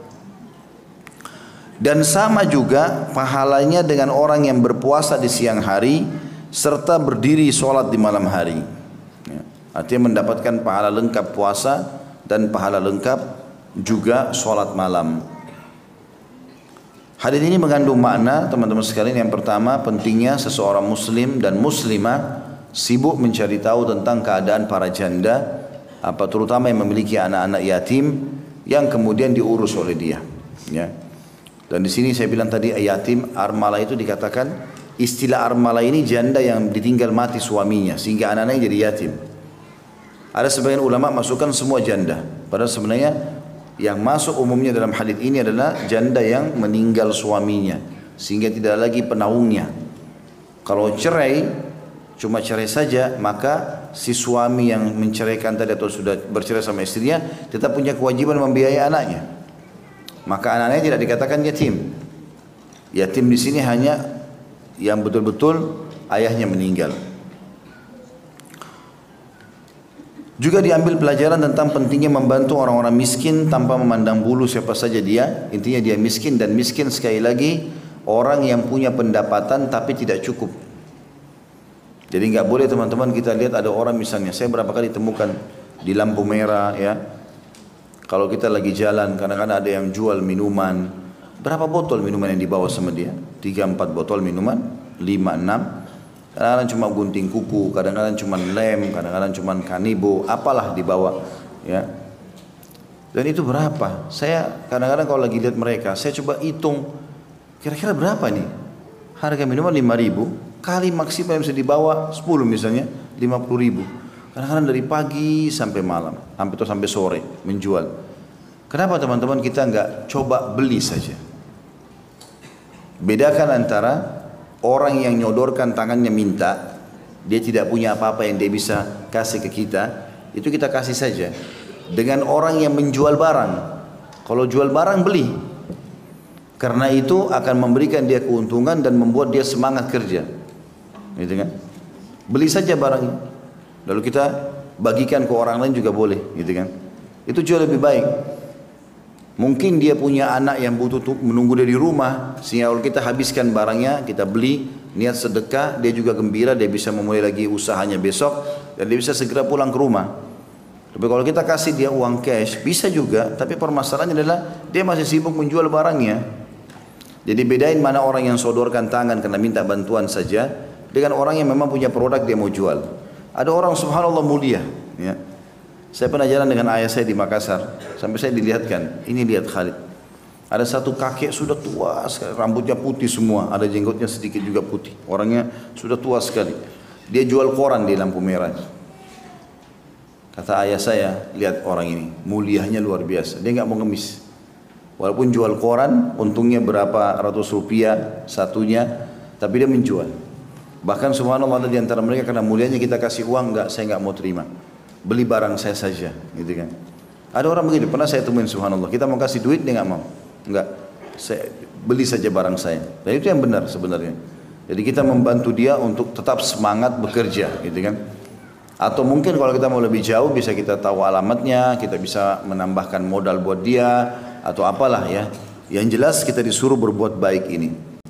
Dan sama juga pahalanya dengan orang yang berpuasa di siang hari serta berdiri sholat di malam hari. Ya. Artinya mendapatkan pahala lengkap puasa dan pahala lengkap juga sholat malam. Hadis ini mengandung makna teman-teman sekalian. Yang pertama, pentingnya seseorang muslim dan muslimah sibuk mencari tahu tentang keadaan para janda, terutama yang memiliki anak-anak yatim yang kemudian diurus oleh dia. Ya. Dan di sini saya bilang tadi yatim, armala itu dikatakan istilah armala ini janda yang ditinggal mati suaminya sehingga anak-anaknya jadi yatim. Ada sebagian ulama masukkan semua janda. Padahal sebenarnya yang masuk umumnya dalam hadis ini adalah janda yang meninggal suaminya sehingga tidak lagi penaungnya. Kalau cerai, cuma cerai saja, maka si suami yang menceraikan tadi atau sudah bercerai sama istrinya tetap punya kewajiban membiayai anaknya. Maka anak-anaknya tidak dikatakan yatim. Yatim di sini hanya yang betul-betul ayahnya meninggal. Juga diambil pelajaran tentang pentingnya membantu orang-orang miskin tanpa memandang bulu siapa saja dia. Intinya dia miskin, dan miskin sekali lagi orang yang punya pendapatan tapi tidak cukup. Jadi nggak boleh teman-teman kita lihat ada orang misalnya, saya berapa kali temukan di lampu merah ya. Kalau kita lagi jalan, kadang-kadang ada yang jual minuman. Berapa botol minuman yang dibawa sama dia? 3-4 botol minuman, 5-6. Kadang-kadang cuma gunting kuku, kadang-kadang cuma lem, kadang-kadang cuma kanibo, apalah dibawa. Ya. Dan itu berapa? Saya kadang-kadang kalau lagi lihat mereka, saya coba hitung, kira-kira berapa nih? Harga minuman 5.000, kali maksimal yang bisa dibawa 10 misalnya, 50.000. Kadang-kadang dari pagi sampai malam, sampai sore menjual. Kenapa teman-teman kita nggak coba beli saja? Bedakan antara orang yang nyodorkan tangannya minta, dia tidak punya apa-apa yang dia bisa kasih ke kita, itu kita kasih saja. Dengan orang yang menjual barang, kalau jual barang beli, karena itu akan memberikan dia keuntungan dan membuat dia semangat kerja, gitu kan? Beli saja barang, lalu kita bagikan ke orang lain juga boleh, gitu kan? Itu jauh lebih baik. Mungkin dia punya anak yang butuh menunggu dia di rumah, sehingga kalau kita habiskan barangnya, kita beli, niat sedekah, dia juga gembira, dia bisa memulai lagi usahanya besok, dan dia bisa segera pulang ke rumah. Tapi kalau kita kasih dia uang cash, bisa juga, tapi permasalahannya adalah dia masih sibuk menjual barangnya. Jadi bedain mana orang yang sodorkan tangan karena minta bantuan saja, dengan orang yang memang punya produk dia mau jual. Ada orang subhanallah mulia, ya. Saya pernah jalan dengan ayah saya di Makassar, sampai saya dilihatkan, ini lihat Khalid. Ada satu kakek sudah tua sekali, rambutnya putih semua, ada jenggotnya sedikit juga putih. Orangnya sudah tua sekali. Dia jual koran di lampu merah. Kata ayah saya, lihat orang ini, mulianya luar biasa. Dia nggak mau ngemis. Walaupun jual koran, untungnya berapa ratus rupiah satunya, tapi dia menjual. Bahkan subhanallah ada di antara mereka karena mulianya kita kasih uang, enggak, saya nggak mau terima. Beli barang saya saja, gitu kan. Ada orang begitu, pernah saya temuin subhanallah. Kita mau kasih duit, dia nggak mau. Enggak, saya beli saja barang saya. Dan itu yang benar sebenarnya. Jadi kita membantu dia untuk tetap semangat bekerja, gitu kan. Atau mungkin kalau kita mau lebih jauh, bisa kita tahu alamatnya, kita bisa menambahkan modal buat dia, atau apalah ya. Yang jelas kita disuruh berbuat baik ini.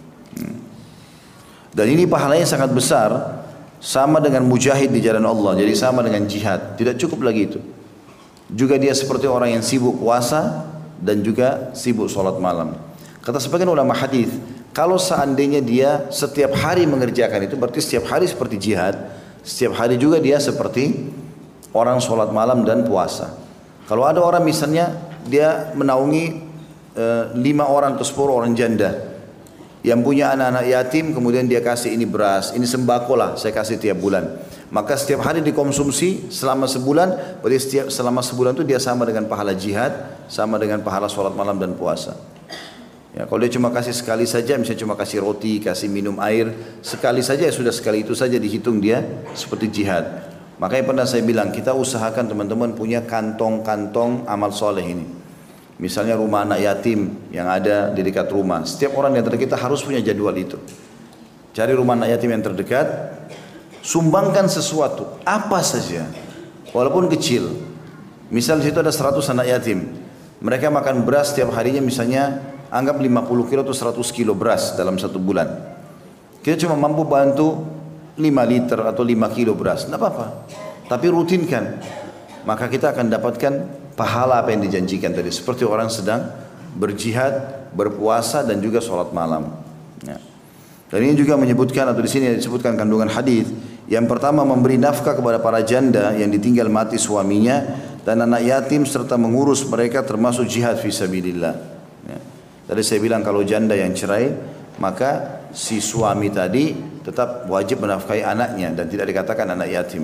Dan ini pahalanya sangat besar. Sama dengan mujahid di jalan Allah, jadi sama dengan jihad. Tidak cukup lagi itu. Juga dia seperti orang yang sibuk puasa dan juga sibuk sholat malam. Kata sebagian ulama hadis, kalau seandainya dia setiap hari mengerjakan itu, berarti setiap hari seperti jihad, setiap hari juga dia seperti orang sholat malam dan puasa. Kalau ada orang misalnya dia menaungi 5 orang atau 10 orang janda, yang punya anak-anak yatim, kemudian dia kasih ini beras, ini sembako lah, saya kasih tiap bulan. Maka setiap hari dikonsumsi selama sebulan, berarti selama sebulan itu dia sama dengan pahala jihad, sama dengan pahala sholat malam dan puasa. Ya, kalau dia cuma kasih sekali saja, misalnya cuma kasih roti, kasih minum air, sekali saja ya sudah, sekali itu saja dihitung dia seperti jihad. Makanya pernah saya bilang, kita usahakan teman-teman punya kantong-kantong amal soleh ini. Misalnya rumah anak yatim yang ada di dekat rumah. Setiap orang yang terdekat kita harus punya jadwal itu. Cari rumah anak yatim yang terdekat, sumbangkan sesuatu, apa saja, walaupun kecil. Misal di situ ada 100 anak yatim. Mereka makan beras setiap harinya misalnya anggap 50 kilo atau 100 kilo beras dalam satu bulan. Kita cuma mampu bantu 5 liter atau 5 kilo beras, tidak apa-apa. Tapi rutinkan, maka kita akan dapatkan pahala apa yang dijanjikan tadi, seperti orang sedang berjihad, berpuasa dan juga sholat malam. Ya. Dan ini juga menyebutkan, atau di sini disebutkan kandungan hadis. Yang pertama, memberi nafkah kepada para janda yang ditinggal mati suaminya dan anak yatim serta mengurus mereka termasuk jihad fisabilillah. Ya. Tadi saya bilang kalau janda yang cerai, maka si suami tadi tetap wajib menafkahi anaknya dan tidak dikatakan anak yatim.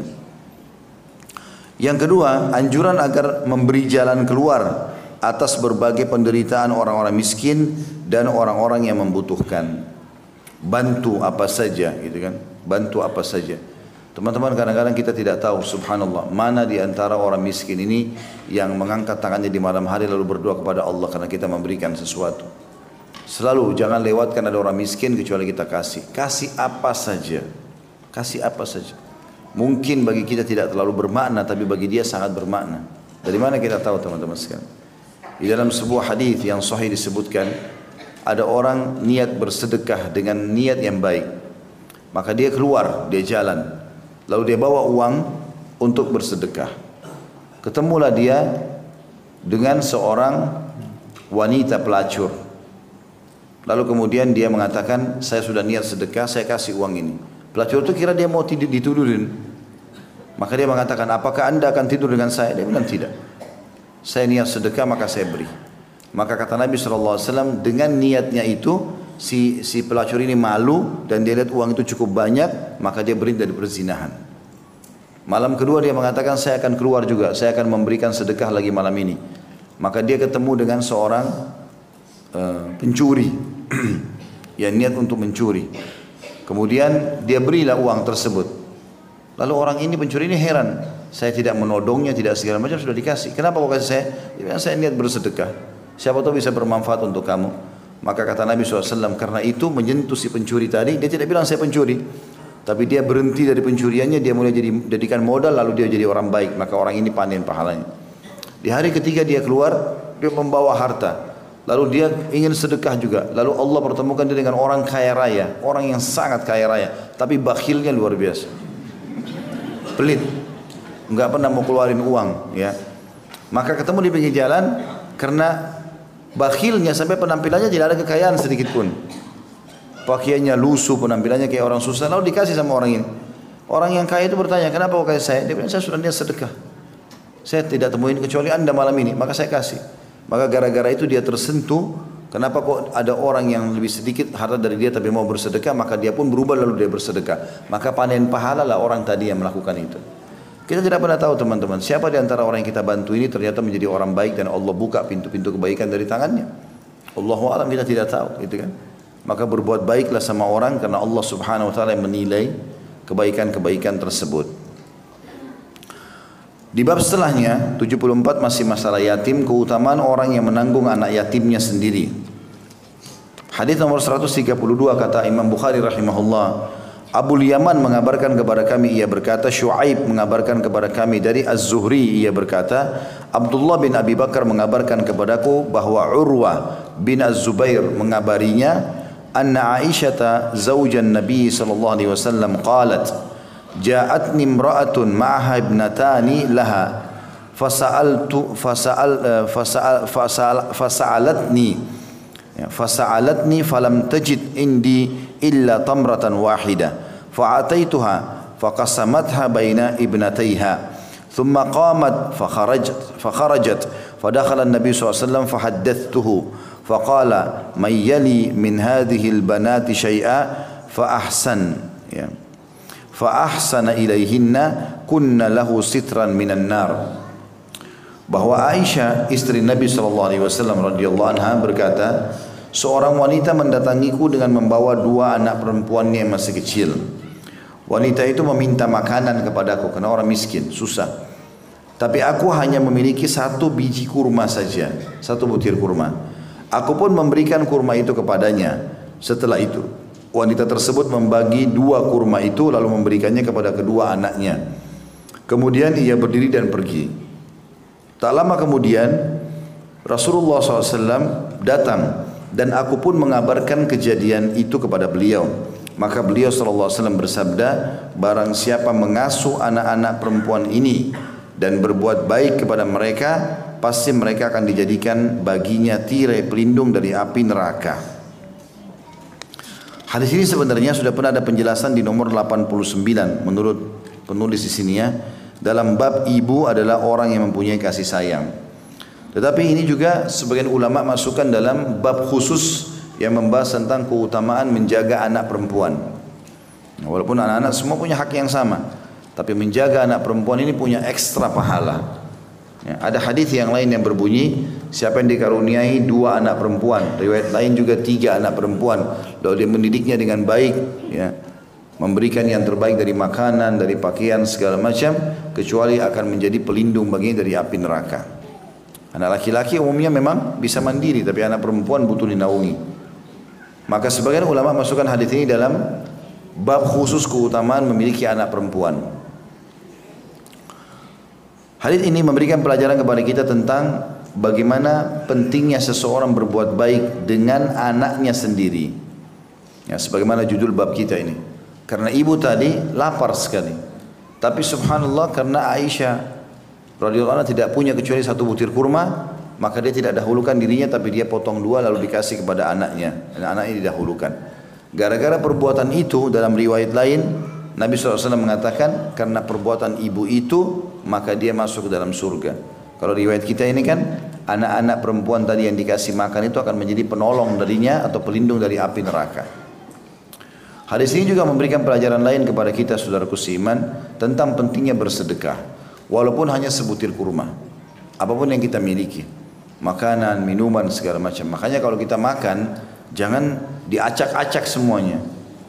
Yang kedua, anjuran agar memberi jalan keluar atas berbagai penderitaan orang-orang miskin dan orang-orang yang membutuhkan. Bantu apa saja, gitu kan? Bantu apa saja. Teman-teman, kadang-kadang kita tidak tahu, subhanallah, mana di antara orang miskin ini yang mengangkat tangannya di malam hari lalu berdoa kepada Allah karena kita memberikan sesuatu. Selalu jangan lewatkan ada orang miskin kecuali kita kasih. Kasih apa saja. Kasih apa saja. Mungkin bagi kita tidak terlalu bermakna, tapi bagi dia sangat bermakna. Dari mana kita tahu teman-teman sekalian? Di dalam sebuah hadis yang sahih disebutkan, ada orang niat bersedekah dengan niat yang baik. Maka dia keluar, dia jalan. Lalu dia bawa uang untuk bersedekah. Ketemulah dia dengan seorang wanita pelacur. Lalu kemudian dia mengatakan, saya sudah niat sedekah, saya kasih uang ini. Pelacur itu kira dia mau ditudurin. Maka dia mengatakan, apakah anda akan tidur dengan saya? Dia bilang tidak. Saya niat sedekah maka saya beri. Maka kata Nabi SAW, dengan niatnya itu si pelacur ini malu dan dia lihat uang itu cukup banyak, maka dia berhenti dari perzinahan. Malam kedua dia mengatakan, saya akan keluar juga, saya akan memberikan sedekah lagi malam ini. Maka dia ketemu dengan seorang pencuri yang niat untuk mencuri. Kemudian dia berilah uang tersebut. Lalu orang ini pencuri ini heran, saya tidak menodongnya, tidak segala macam, sudah dikasih. Kenapa kau kasih saya? Dia bilang, saya niat bersedekah. Siapa tahu bisa bermanfaat untuk kamu. Maka kata Nabi SAW, karena itu menyentuh si pencuri tadi, dia tidak bilang saya pencuri. Tapi dia berhenti dari pencuriannya, dia mulai jadikan modal, lalu dia jadi orang baik. Maka orang ini panen pahalanya. Di hari ketiga dia keluar, dia membawa harta. Lalu dia ingin sedekah juga. Lalu Allah pertemukan dia dengan orang kaya raya. Orang yang sangat kaya raya. Tapi bakhilnya luar biasa. Pelit. Enggak pernah mau keluarin uang. Ya. Maka ketemu di pinggir jalan. Karena bakhilnya sampai penampilannya tidak ada kekayaan sedikit pun. Pakaiannya lusuh, penampilannya kayak orang susah. Lalu dikasih sama orang ini. Orang yang kaya itu bertanya, kenapa kau kasih saya? Dia bilang, saya sudah niat sedekah. Saya tidak temuin kecuali anda malam ini. Maka saya kasih. Maka gara-gara itu dia tersentuh. Kenapa kok ada orang yang lebih sedikit harta dari dia tapi mau bersedekah. Maka dia pun berubah lalu dia bersedekah. Maka panen pahala lah orang tadi yang melakukan itu. Kita tidak pernah tahu teman-teman. Siapa di antara orang yang kita bantu ini ternyata menjadi orang baik. Dan Allah buka pintu-pintu kebaikan dari tangannya. Allahu a'lam, kita tidak tahu gitu kan. Maka berbuat baiklah sama orang. Karena Allah subhanahu wa ta'ala yang menilai kebaikan-kebaikan tersebut. Di bab setelahnya 74 masih masalah yatim, keutamaan orang yang menanggung anak yatimnya sendiri. Hadis nomor 132 kata Imam Bukhari rahimahullah, Abu Yaman mengabarkan kepada kami, ia berkata, Syuaib mengabarkan kepada kami dari Az-Zuhri, ia berkata, Abdullah bin Abi Bakar mengabarkan kepadaku bahwa Urwah bin Az-Zubair mengabarinya, anna Aisyata zawjan Nabi sallallahu alaihi wasallam qalat, ja'atni imra'atun ma'aha ibnatani laha fasa'alatni falam tajid indi illa tamratan wahida fa'ataituha faqasamatha baina ibnatayha thumma qamat fakharajat fadakhala an-nabi sallallahu alaihi wasallam fahaddathtuhu faqala may yali min hadhihi al-banati shay'a fa ahsana ilaihinna kunna lahu sitran minan nar. Bahwa Aisyah istri Nabi SAW radhiyallahu anha berkata, seorang wanita mendatangiku dengan membawa dua anak perempuannya yang masih kecil. Wanita itu meminta makanan kepadaku karena orang miskin, susah. Tapi aku hanya memiliki satu biji kurma saja, satu butir kurma. Aku pun memberikan kurma itu kepadanya. Setelah itu wanita tersebut membagi dua kurma itu lalu memberikannya kepada kedua anaknya. Kemudian ia berdiri dan pergi. Tak lama kemudian Rasulullah SAW datang dan aku pun mengabarkan kejadian itu kepada beliau. Maka beliau SAW bersabda, barang siapa mengasuh anak-anak perempuan ini dan berbuat baik kepada mereka, pasti mereka akan dijadikan baginya tirai pelindung dari api neraka. Hadis ini sebenarnya sudah pernah ada penjelasan di nomor 89 menurut penulis di sini ya. Dalam bab ibu adalah orang yang mempunyai kasih sayang. Tetapi ini juga sebagian ulama masukkan dalam bab khusus yang membahas tentang keutamaan menjaga anak perempuan. Walaupun anak-anak semua punya hak yang sama, tapi menjaga anak perempuan ini punya ekstra pahala. Ya, ada hadis yang lain yang berbunyi, siapa yang dikaruniai dua anak perempuan, riwayat lain juga tiga anak perempuan, lalu dia mendidiknya dengan baik, ya, memberikan yang terbaik dari makanan, dari pakaian segala macam, kecuali akan menjadi pelindung baginya dari api neraka. Anak laki-laki umumnya memang bisa mandiri, tapi anak perempuan butuh dinaungi. Maka sebagian ulama masukkan hadis ini dalam bab khusus keutamaan memiliki anak perempuan. Hadis ini memberikan pelajaran kepada kita tentang bagaimana pentingnya seseorang berbuat baik dengan anaknya sendiri. Ya, sebagaimana judul bab kita ini. Karena ibu tadi lapar sekali. Tapi subhanallah karena Aisyah radhiyallahu anha tidak punya kecuali satu butir kurma, maka dia tidak dahulukan dirinya tapi dia potong dua lalu dikasih kepada anaknya. Dan anaknya didahulukan. Gara-gara perbuatan itu dalam riwayat lain Nabi SAW mengatakan karena perbuatan ibu itu maka dia masuk ke dalam surga. Kalau riwayat kita ini kan anak-anak perempuan tadi yang dikasih makan itu akan menjadi penolong darinya atau pelindung dari api neraka. Hadis ini juga memberikan pelajaran lain kepada kita saudaraku seiman tentang pentingnya bersedekah walaupun hanya sebutir kurma. Apapun yang kita miliki, makanan, minuman segala macam. Makanya kalau kita makan jangan diacak-acak semuanya.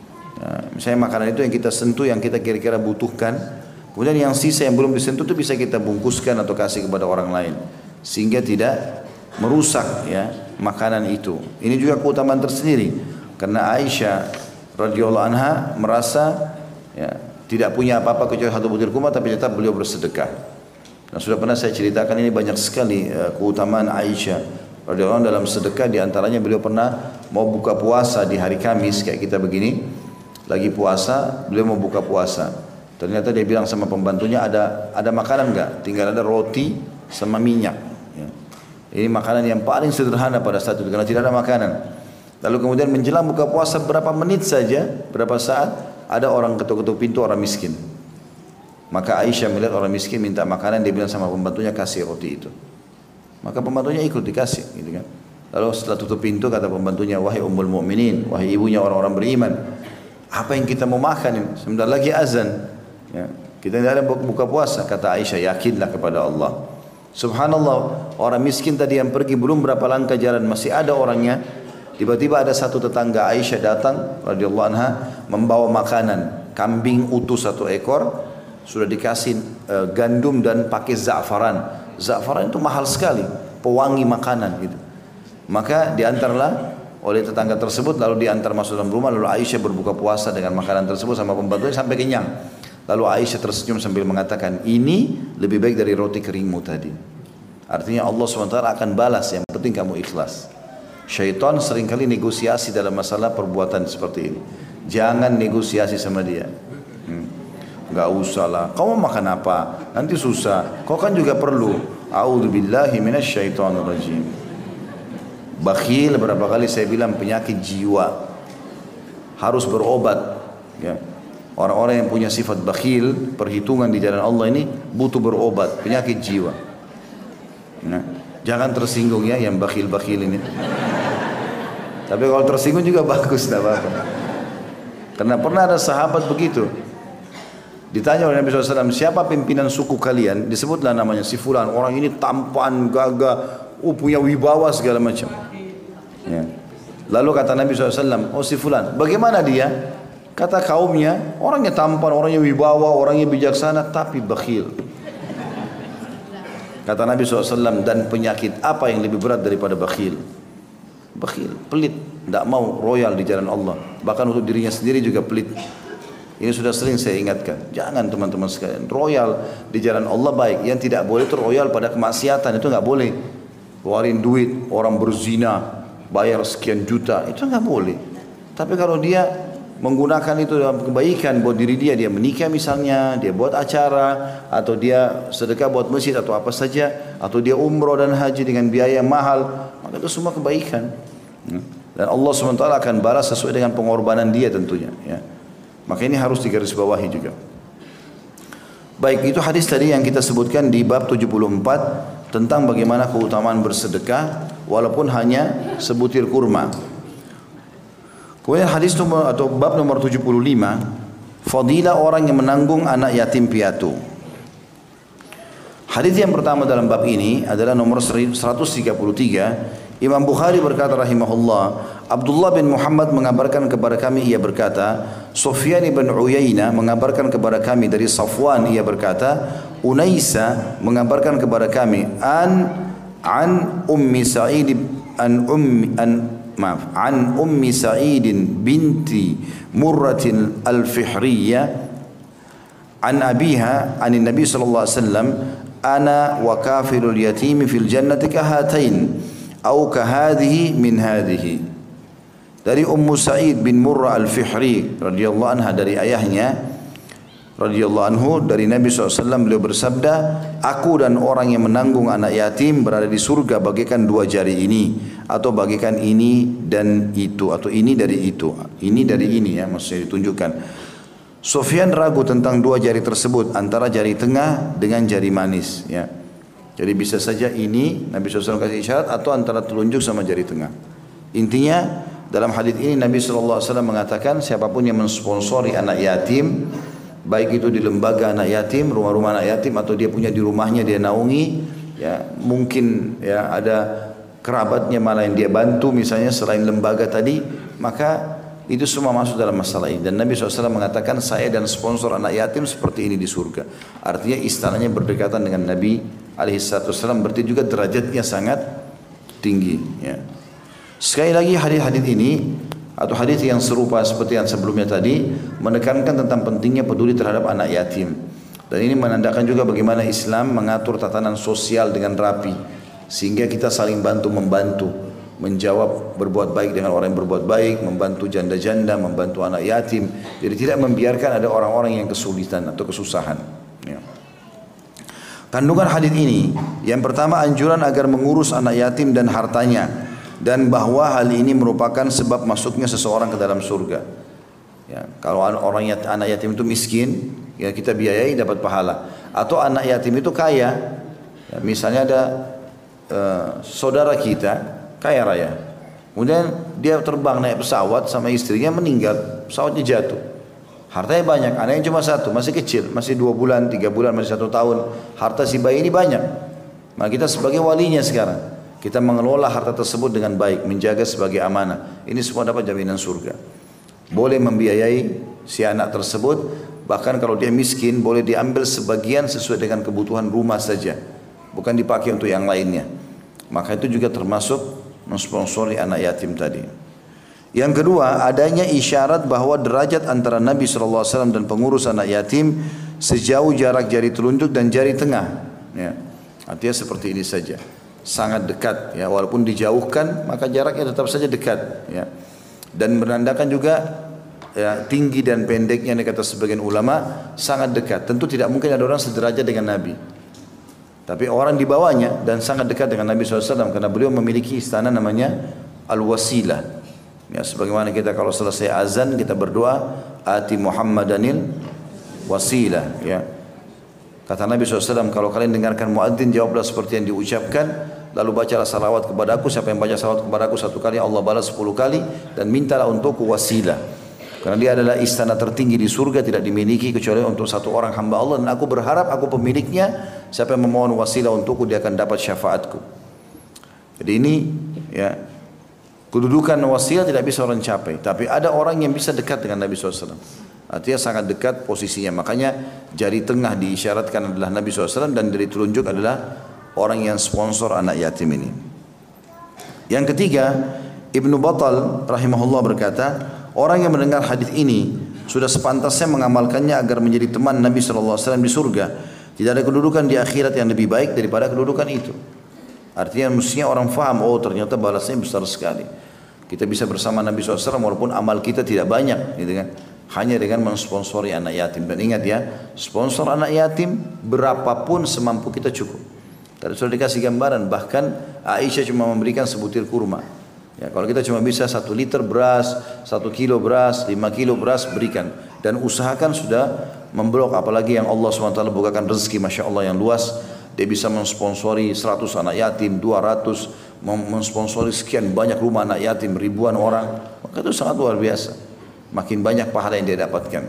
Misalnya makanan itu yang kita sentuh, yang kita kira-kira butuhkan. Kemudian yang sisa yang belum disentuh itu bisa kita bungkuskan atau kasih kepada orang lain, sehingga tidak merusak ya makanan itu. Ini juga keutamaan tersendiri, karena Aisyah radhiyallahu anha merasa ya, tidak punya apa-apa kecuali satu butir kurma, tapi tetap beliau bersedekah. Nah, sudah pernah saya ceritakan ini banyak sekali keutamaan Aisyah radhiyallahu anha dalam sedekah. Di antaranya beliau pernah mau buka puasa di hari Kamis kayak kita begini, lagi puasa, beliau mau buka puasa. Ternyata dia bilang sama pembantunya, ada makanan enggak? Tinggal ada roti sama minyak. Ya. Ini makanan yang paling sederhana pada saat itu karena tidak ada makanan. Lalu kemudian menjelang buka puasa berapa menit saja, berapa saat, ada orang ketuk-ketuk pintu, orang miskin. Maka Aisyah melihat orang miskin minta makanan, dia bilang sama pembantunya, kasih roti itu. Maka pembantunya ikut dikasih, gitu kan. Lalu setelah tutup pintu kata pembantunya, wahai ummul mu'minin, wahai ibunya orang-orang beriman, apa yang kita mau makan ini? Sebentar lagi azan. Ya, kita tidak ada buka puasa. Kata Aisyah, yakinlah kepada Allah. Subhanallah, orang miskin tadi yang pergi belum berapa langkah jalan, masih ada orangnya. Tiba-tiba ada satu tetangga Aisyah datang radhiyallahu anha membawa makanan, kambing utuh 1 ekor, sudah dikasih gandum dan pakai za'faran. Za'faran itu mahal sekali, pewangi makanan gitu. Maka diantarlah oleh tetangga tersebut, lalu diantar masuk dalam rumah. Lalu Aisyah berbuka puasa dengan makanan tersebut sama pembantunya sampai kenyang. Lalu Aisyah tersenyum sambil mengatakan, ini lebih baik dari roti keringmu tadi. Artinya Allah SWT akan balas, yang penting kamu ikhlas. Syaitan seringkali negosiasi dalam masalah perbuatan seperti ini. Jangan negosiasi sama dia. Gak usah lah, kamu makan apa? Nanti susah, kau kan juga perlu. A'udzubillahi minasyaitonirrajim. Bakhil, berapa kali saya bilang penyakit jiwa, harus berobat ya. Orang-orang yang punya sifat bakhil, perhitungan di jalan Allah ini butuh berobat, penyakit jiwa. Nah, jangan tersinggung ya yang bakhil-bakhil ini. Tapi kalau tersinggung juga bagus, tidak apa-apa. Karena pernah ada sahabat begitu. Ditanya oleh Nabi SAW, siapa pimpinan suku kalian? Disebutlah namanya, si fulan. Orang ini tampan, gagah, punya wibawa segala macam. Ya. Lalu kata Nabi SAW, oh si fulan, bagaimana dia? Kata kaumnya, orangnya tampan, orangnya wibawa, orangnya bijaksana, tapi bakhil. Kata Nabi SAW, dan penyakit apa yang lebih berat daripada bakhil? Bakhil, pelit, tidak mau royal di jalan Allah. Bahkan untuk dirinya sendiri juga pelit. Ini sudah sering saya ingatkan. Jangan teman-teman sekalian, royal di jalan Allah baik. Yang tidak boleh itu royal pada kemaksiatan, itu nggak boleh. Keluarin duit, orang berzina, bayar sekian juta, itu nggak boleh. Tapi kalau dia menggunakan itu dalam kebaikan buat diri dia, dia menikah misalnya, dia buat acara, atau dia sedekah buat masjid atau apa saja, atau dia umroh dan haji dengan biaya mahal, maka itu semua kebaikan. Dan Allah SWT akan balas sesuai dengan pengorbanan dia tentunya. Ya. Maka ini harus digarisbawahi juga. Baik, itu hadis tadi yang kita sebutkan di bab 74 tentang bagaimana keutamaan bersedekah walaupun hanya sebutir kurma. Kemudian hadis nomor atau bab nomor 75, fadilah orang yang menanggung anak yatim piatu. Hadis yang pertama dalam bab ini adalah nomor 133. Imam Bukhari berkata rahimahullah, Abdullah bin Muhammad mengabarkan kepada kami, ia berkata, Sufyan bin Uyainah mengabarkan kepada kami dari Safwan, ia berkata, Unaisa mengabarkan kepada kami an ummi Sa'id an ummi Sa'id binti Murratin al-Fihriyah an abiha an Nabi sallallahu alaihi wasallam, ana wa kafirul yatim fil jannati kahatain atau kahadhihi min hadhihi. Dari Ummu Sa'id bin Murrah al-Fihri radhiyallahu anha, dari ayahnya radhiyallahu anhu, dari Nabi SAW beliau bersabda, aku dan orang yang menanggung anak yatim berada di surga bagaikan 2 jari ini, atau bagaikan ini dan itu, atau ini dari itu, ini dari ini ya, maksudnya ditunjukkan. Sufyan ragu tentang 2 jari tersebut, antara jari tengah dengan jari manis ya. Jadi bisa saja ini Nabi SAW kasih isyarat, atau antara telunjuk sama jari tengah. Intinya dalam hadis ini Nabi SAW mengatakan, siapapun yang mensponsori anak yatim, baik itu di lembaga anak yatim, rumah-rumah anak yatim, atau dia punya di rumahnya dia naungi, ya mungkin ya ada kerabatnya malah yang dia bantu misalnya selain lembaga tadi, maka itu semua masuk dalam masalah ini. Dan Nabi SAW mengatakan saya dan sponsor anak yatim seperti ini di surga. Artinya istananya berdekatan dengan Nabi SAW, berarti juga derajatnya sangat tinggi. Ya. Sekali lagi hadis-hadis ini atau hadis yang serupa seperti yang sebelumnya tadi menekankan tentang pentingnya peduli terhadap anak yatim. Dan ini menandakan juga bagaimana Islam mengatur tatanan sosial dengan rapi, sehingga kita saling bantu-membantu, menjawab berbuat baik dengan orang yang berbuat baik, membantu janda-janda, membantu anak yatim. Jadi tidak membiarkan ada orang-orang yang kesulitan atau kesusahan. Ya. Kandungan hadis ini, yang pertama anjuran agar mengurus anak yatim dan hartanya, dan bahwa hal ini merupakan sebab masuknya seseorang ke dalam surga. Ya, kalau anak yatim itu miskin, ya kita biayai dapat pahala. Atau anak yatim itu kaya, ya, misalnya ada saudara kita kaya raya, kemudian dia terbang naik pesawat sama istrinya, meninggal, pesawatnya jatuh, hartanya banyak, anaknya cuma satu, masih kecil, masih 2 bulan, 3 bulan, masih 1 tahun, harta si bayi ini banyak. Nah kita sebagai walinya sekarang, kita mengelola harta tersebut dengan baik, menjaga sebagai amanah, ini semua dapat jaminan surga. Boleh membiayai si anak tersebut, bahkan kalau dia miskin boleh diambil sebagian sesuai dengan kebutuhan rumah saja, bukan dipakai untuk yang lainnya. Maka itu juga termasuk mensponsori anak yatim tadi. Yang kedua, adanya isyarat bahwa derajat antara Nabi SAW dan pengurus anak yatim sejauh jarak jari telunjuk dan jari tengah. Ya. Artinya seperti ini saja, sangat dekat. Ya. Walaupun dijauhkan, maka jaraknya tetap saja dekat. Ya. Dan menandakan juga ya, tinggi dan pendeknya, kata sebagian ulama, sangat dekat. Tentu tidak mungkin ada orang sederajat dengan Nabi, tapi orang di bawahnya dan sangat dekat dengan Nabi SAW, karena beliau memiliki istana namanya Al-Wasilah. Ya, sebagaimana kita kalau selesai azan kita berdoa, Ati Muhammadanil Wasilah. Ya. Kata Nabi SAW, kalau kalian dengarkan muadzin jawablah seperti yang diucapkan, lalu bacalah salawat kepada aku. Siapa yang baca salawat kepada aku 1 kali, Allah balas 10 kali, dan mintalah untukku wasilah. Karena dia adalah istana tertinggi di surga, tidak dimiliki kecuali untuk satu orang hamba Allah, dan aku berharap aku pemiliknya. Siapa yang memohon wasilah untukku, dia akan dapat syafaatku. Jadi ini ya, kedudukan wasilah tidak bisa orang capai, tapi ada orang yang bisa dekat dengan Nabi SAW. Artinya sangat dekat posisinya. Makanya jari tengah diisyaratkan adalah Nabi SAW, dan jari telunjuk adalah orang yang sponsor anak yatim ini. Yang ketiga, Ibnu Battal rahimahullah berkata, orang yang mendengar hadis ini sudah sepantasnya mengamalkannya agar menjadi teman Nabi SAW di surga. Tidak ada kedudukan di akhirat yang lebih baik daripada kedudukan itu. Artinya mestinya orang faham, oh ternyata balasnya besar sekali. Kita bisa bersama Nabi SAW walaupun amal kita tidak banyak, gitu kan? Hanya dengan mensponsori anak yatim. Dan ingat ya, sponsor anak yatim berapapun semampu kita cukup. Tadi sudah dikasih gambaran, bahkan Aisyah cuma memberikan sebutir kurma. Ya, kalau kita cuma bisa 1 liter beras, 1 kilo beras, 5 kilo beras, berikan. Dan usahakan sudah memblok, apalagi yang Allah SWT bukakan rezeki Masya Allah yang luas. Dia bisa mensponsori 100 anak yatim, 200, mensponsori sekian banyak rumah anak yatim, ribuan orang. Maka itu sangat luar biasa. Makin banyak pahala yang dia dapatkan.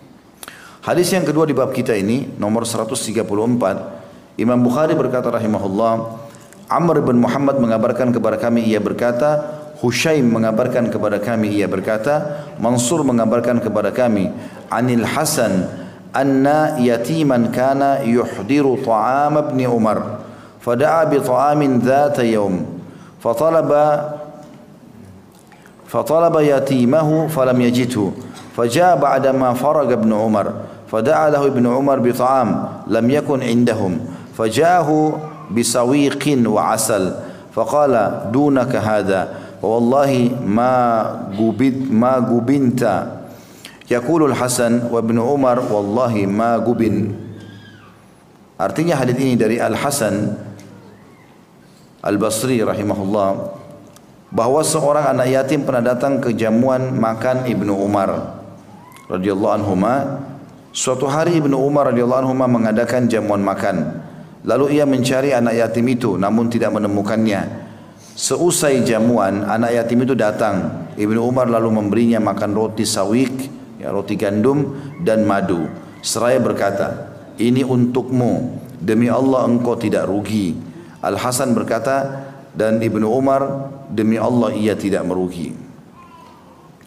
Hadis yang kedua di bab kita ini, nomor 134, Imam Bukhari berkata rahimahullah, Amr bin Muhammad mengabarkan kepada kami, ia berkata, Hushaim mengabarkan kepada kami, ia berkata, Mansur mengabarkan kepada kami, Anil Hasan, anna yatiman kana yuhdiru ta'am ibn Umar, fada'a bi ta'amin dhata yawm, fatalaba yatimahu falam yajidhu, faja'a ba'dama faraga ibn Umar, fada'a lahu ibn Umar bi ta'am lam yakun indahum, faja'ahu bisawiqin wa asal, faqala dunaka hadha, wallahi ma gubinta. Yaqulul Hasan wa ibn Umar wallahi ma gubin. Artinya hadis ini dari Al Hasan Al Basri rahimahullah, bahwa seorang anak yatim pernah datang ke jamuan makan Ibnu Umar radhiyallahu anhuma. Suatu hari Ibnu Umar radhiyallahu anhuma mengadakan jamuan makan. Lalu ia mencari anak yatim itu namun tidak menemukannya. Seusai jamuan, anak yatim itu datang. Ibnu Umar lalu memberinya makan roti sawik, ya, roti gandum dan madu. Seraya berkata, ini untukmu, demi Allah engkau tidak rugi. Al Hasan berkata, dan Ibnu Umar, demi Allah ia tidak merugi.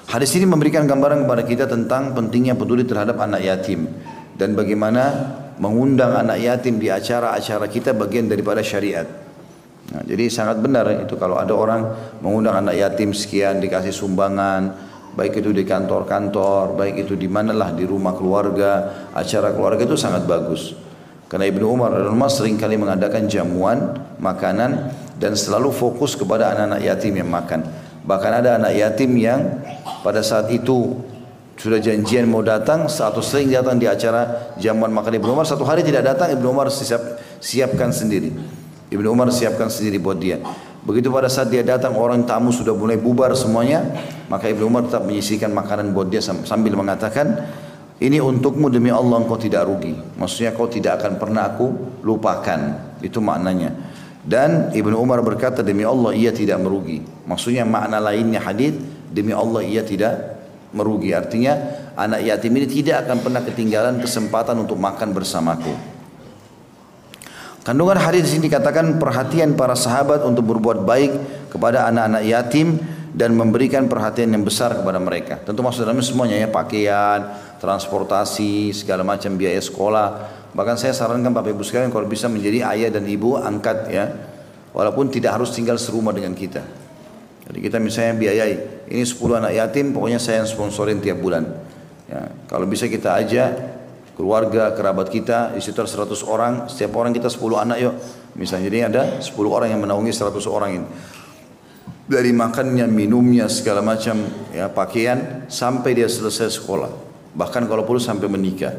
Hadis ini memberikan gambaran kepada kita tentang pentingnya peduli terhadap anak yatim dan bagaimana mengundang anak yatim di acara-acara kita bagian daripada syariat. Nah, jadi sangat benar itu kalau ada orang mengundang anak yatim sekian dikasih sumbangan, baik itu di kantor-kantor, baik itu di manalah di rumah keluarga, acara keluarga itu sangat bagus. Karena Ibnu Umar sering kali mengadakan jamuan makanan dan selalu fokus kepada anak-anak yatim yang makan. Bahkan ada anak yatim yang pada saat itu sudah janjian mau datang atau sering datang di acara jamuan makan Ibnu Umar, satu hari tidak datang, Ibnu Umar siapkan sendiri. Ibnu Umar siapkan sendiri buat dia. Begitu pada saat dia datang orang tamu sudah mulai bubar semuanya, maka Ibnu Umar tetap menyisihkan makanan buat dia sambil mengatakan, ini untukmu demi Allah engkau tidak rugi. Maksudnya kau tidak akan pernah aku lupakan. Itu maknanya. Dan Ibnu Umar berkata demi Allah ia tidak merugi. Maksudnya makna lainnya hadis demi Allah ia tidak merugi. Artinya anak yatim ini tidak akan pernah ketinggalan kesempatan untuk makan bersamaku. Kandungan hadis ini dikatakan perhatian para sahabat untuk berbuat baik kepada anak-anak yatim dan memberikan perhatian yang besar kepada mereka. Tentu maksud dalamnya semuanya ya, pakaian, transportasi, segala macam biaya sekolah. Bahkan saya sarankan Bapak Ibu sekalian kalau bisa menjadi ayah dan ibu angkat ya, walaupun tidak harus tinggal serumah dengan kita. Jadi kita misalnya biayai, ini 10 anak yatim, pokoknya saya yang sponsorin tiap bulan. Ya, kalau bisa kita ajak keluarga, kerabat kita, di sekitar 100 orang, setiap orang kita 10 anak yuk. Misalnya jadi ada 10 orang yang menaungi 100 orang ini. Dari makannya, minumnya, segala macam ya, pakaian, sampai dia selesai sekolah. Bahkan kalau perlu sampai menikah.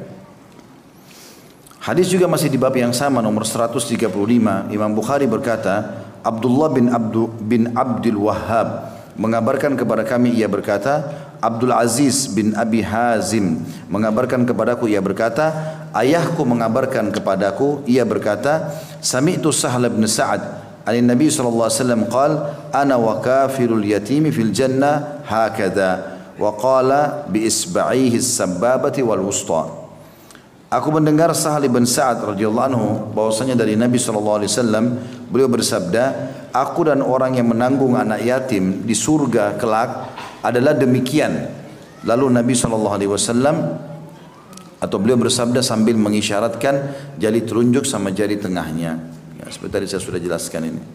Hadis juga masih di bab yang sama nomor 135. Imam Bukhari berkata, Abdullah bin Abdul Wahhab mengabarkan kepada kami, ia berkata, Abdul Aziz bin Abi Hazim mengabarkan kepadaku, ia berkata, ayahku mengabarkan kepadaku, ia berkata, Sami'tu Sahal bin Sa'ad an Nabi sallallahu alaihi wasallam qala, ana wa kafirul yatimi fil jannah hakadha, wa qala bi isba'ihi as-sabbabati wal wusta. Aku mendengar Sahal bin Sa'ad radhiyallahu anhu bahwasanya dari Nabi sallallahu alaihi wasallam beliau bersabda, aku dan orang yang menanggung anak yatim di surga kelak adalah demikian. Lalu Nabi sallallahu alaihi wasallam atau beliau bersabda sambil mengisyaratkan jari telunjuk sama jari tengahnya. Ya, seperti tadi saya sudah jelaskan ini.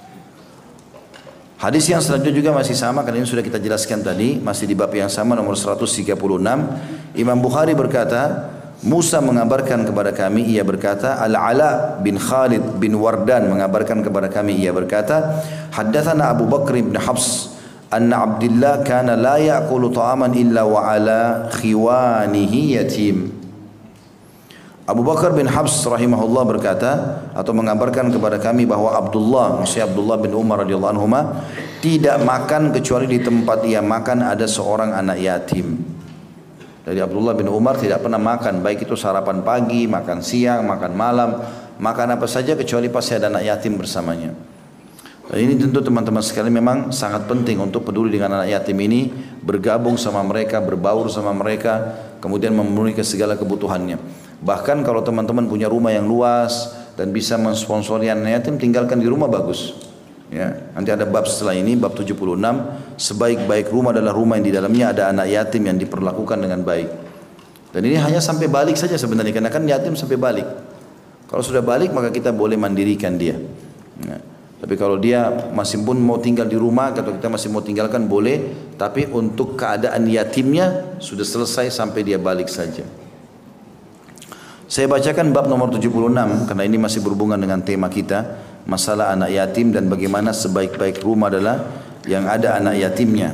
Hadis yang selanjutnya juga masih sama, karena ini sudah kita jelaskan tadi, masih di bab yang sama nomor 136. Imam Bukhari berkata, Musa mengabarkan kepada kami, ia berkata, Al-Ala bin Khalid bin Wardan mengabarkan kepada kami, ia berkata, Haddathana Abu Bakr bin Hafs anna Abdullah kana la ya'kulu ta'aman illa wa ala khiwanihi yatim. Abu Bakar bin Hafs rahimahullah berkata atau mengabarkan kepada kami bahwa Abdullah, maksudnya Abdullah bin Umar radhiyallahu anhuma, tidak makan kecuali di tempat ia makan ada seorang anak yatim. Jadi Abdullah bin Umar tidak pernah makan, baik itu sarapan pagi, makan siang, makan malam, makan apa saja kecuali pasti ada anak yatim bersamanya. Dan ini tentu teman-teman sekalian memang sangat penting untuk peduli dengan anak yatim ini, bergabung sama mereka, berbaur sama mereka, kemudian memenuhi segala kebutuhannya. Bahkan kalau teman-teman punya rumah yang luas dan bisa mensponsori anak yatim, tinggalkan di rumah bagus. Ya, nanti ada bab setelah ini, bab 76, sebaik-baik rumah adalah rumah yang di dalamnya ada anak yatim yang diperlakukan dengan baik. Dan ini hanya sampai balik saja sebenarnya, karena kan yatim sampai balik. Kalau sudah balik maka kita boleh mandirikan dia. Ya. Tapi kalau dia masih pun mau tinggal di rumah atau kita masih mau tinggalkan boleh, tapi untuk keadaan yatimnya sudah selesai sampai dia balik saja. Saya bacakan bab nomor 76 karena ini masih berhubungan dengan tema kita, masalah anak yatim dan bagaimana sebaik-baik rumah adalah yang ada anak yatimnya.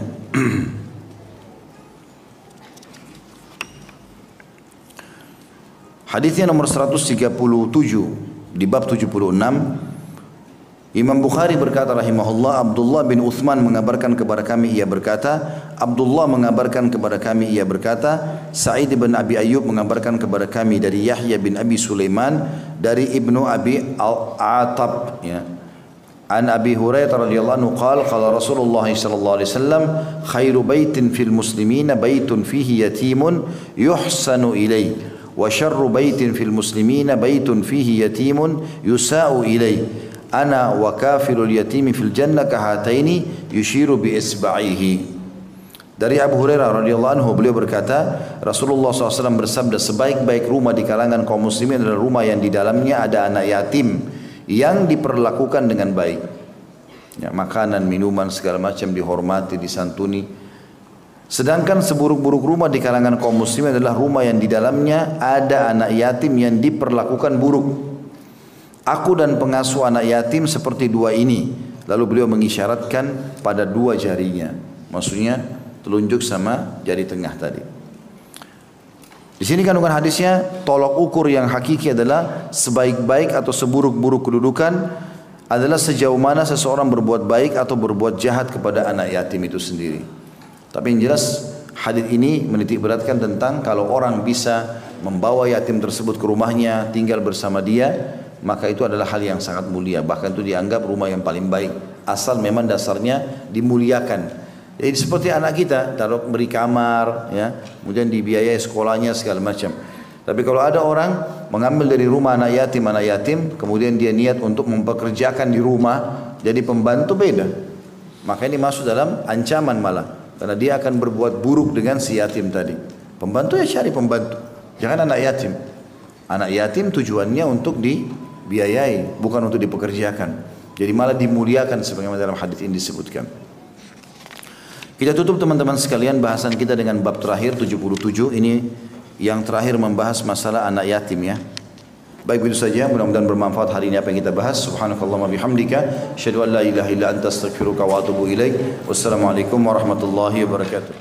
Hadisnya nomor 137 di bab 76. Imam Bukhari berkata rahimahullah, Abdullah bin Uthman mengabarkan kepada kami, ia berkata, Abdullah mengabarkan kepada kami, ia berkata, Sa'id bin Abi Ayyub mengabarkan kepada kami dari Yahya bin Abi Sulaiman dari Ibnu Abi Al-Atab, ya. An Abi Hurairah radhiyallahu anhu qala Rasulullah sallallahu alaihi wasallam, khairu baitin fil muslimina baitun fihi yatimun yuhsanu ilaihi wa syarru baitin fil muslimina baitun fihi yatimun yusa'u ilaihi. Ana wa kafirul yatimi fil jannah kahataini yushiru bi isba'ihi. Dari Abu Hurairah radhiyallahu anhu, beliau berkata, Rasulullah SAW bersabda, sebaik-baik rumah di kalangan kaum muslimin adalah rumah yang di dalamnya ada anak yatim yang diperlakukan dengan baik. Ya, makanan, minuman, segala macam dihormati, disantuni. Sedangkan seburuk-buruk rumah di kalangan kaum muslimin adalah rumah yang di dalamnya ada anak yatim yang diperlakukan buruk. Aku dan pengasuh anak yatim seperti dua ini. Lalu beliau mengisyaratkan pada dua jarinya. Maksudnya telunjuk sama jari tengah tadi. Di sini kandungan hadisnya, tolok ukur yang hakiki adalah sebaik-baik atau seburuk-buruk kedudukan adalah sejauh mana seseorang berbuat baik atau berbuat jahat kepada anak yatim itu sendiri. Tapi yang jelas hadis ini menitik beratkan tentang kalau orang bisa membawa yatim tersebut ke rumahnya, tinggal bersama dia, maka itu adalah hal yang sangat mulia. Bahkan itu dianggap rumah yang paling baik, asal memang dasarnya dimuliakan. Jadi seperti anak kita, taruh beri kamar, ya, kemudian dibiayai sekolahnya segala macam. Tapi kalau ada orang mengambil dari rumah anak yatim, kemudian dia niat untuk mempekerjakan di rumah, jadi pembantu, beda. Maka ini masuk dalam ancaman malah, karena dia akan berbuat buruk dengan si yatim tadi. Pembantu ya cari pembantu, jangan anak yatim. Anak yatim tujuannya untuk dibiayai, bukan untuk dipekerjakan. Jadi malah dimuliakan sebagaimana dalam hadis ini disebutkan. Kita tutup teman-teman sekalian bahasan kita dengan bab terakhir 77. Ini yang terakhir membahas masalah anak yatim, ya. Baik, begitu saja, mudah-mudahan bermanfaat hari ini apa yang kita bahas. Subhanakallahumma bihamdika asyhadu an la ilaha illa anta astaghfiruka wa atubu ilaik. Wassalamualaikum warahmatullahi wabarakatuh.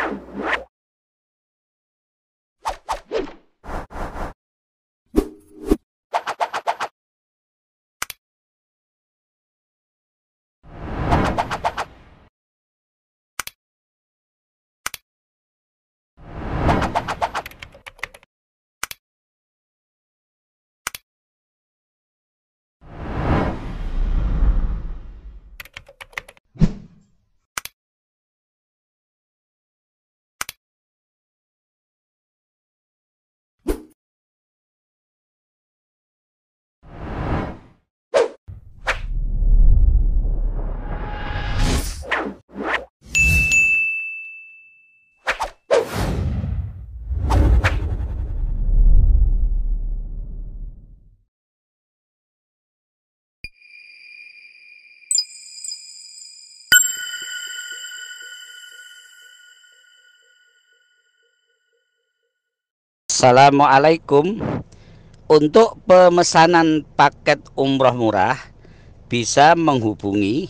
Assalamualaikum. Untuk pemesanan paket umroh murah bisa menghubungi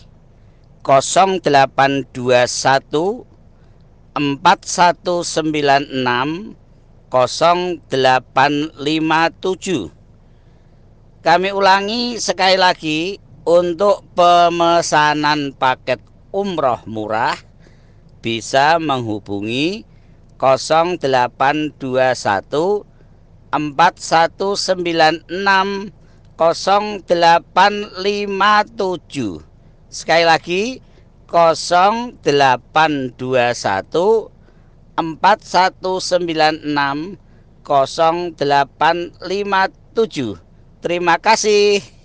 0821 4196 0857. Kami ulangi sekali lagi, untuk pemesanan paket umroh murah bisa menghubungi 0821 4196 0857. Sekali lagi 0821 4196 0857. Terima kasih.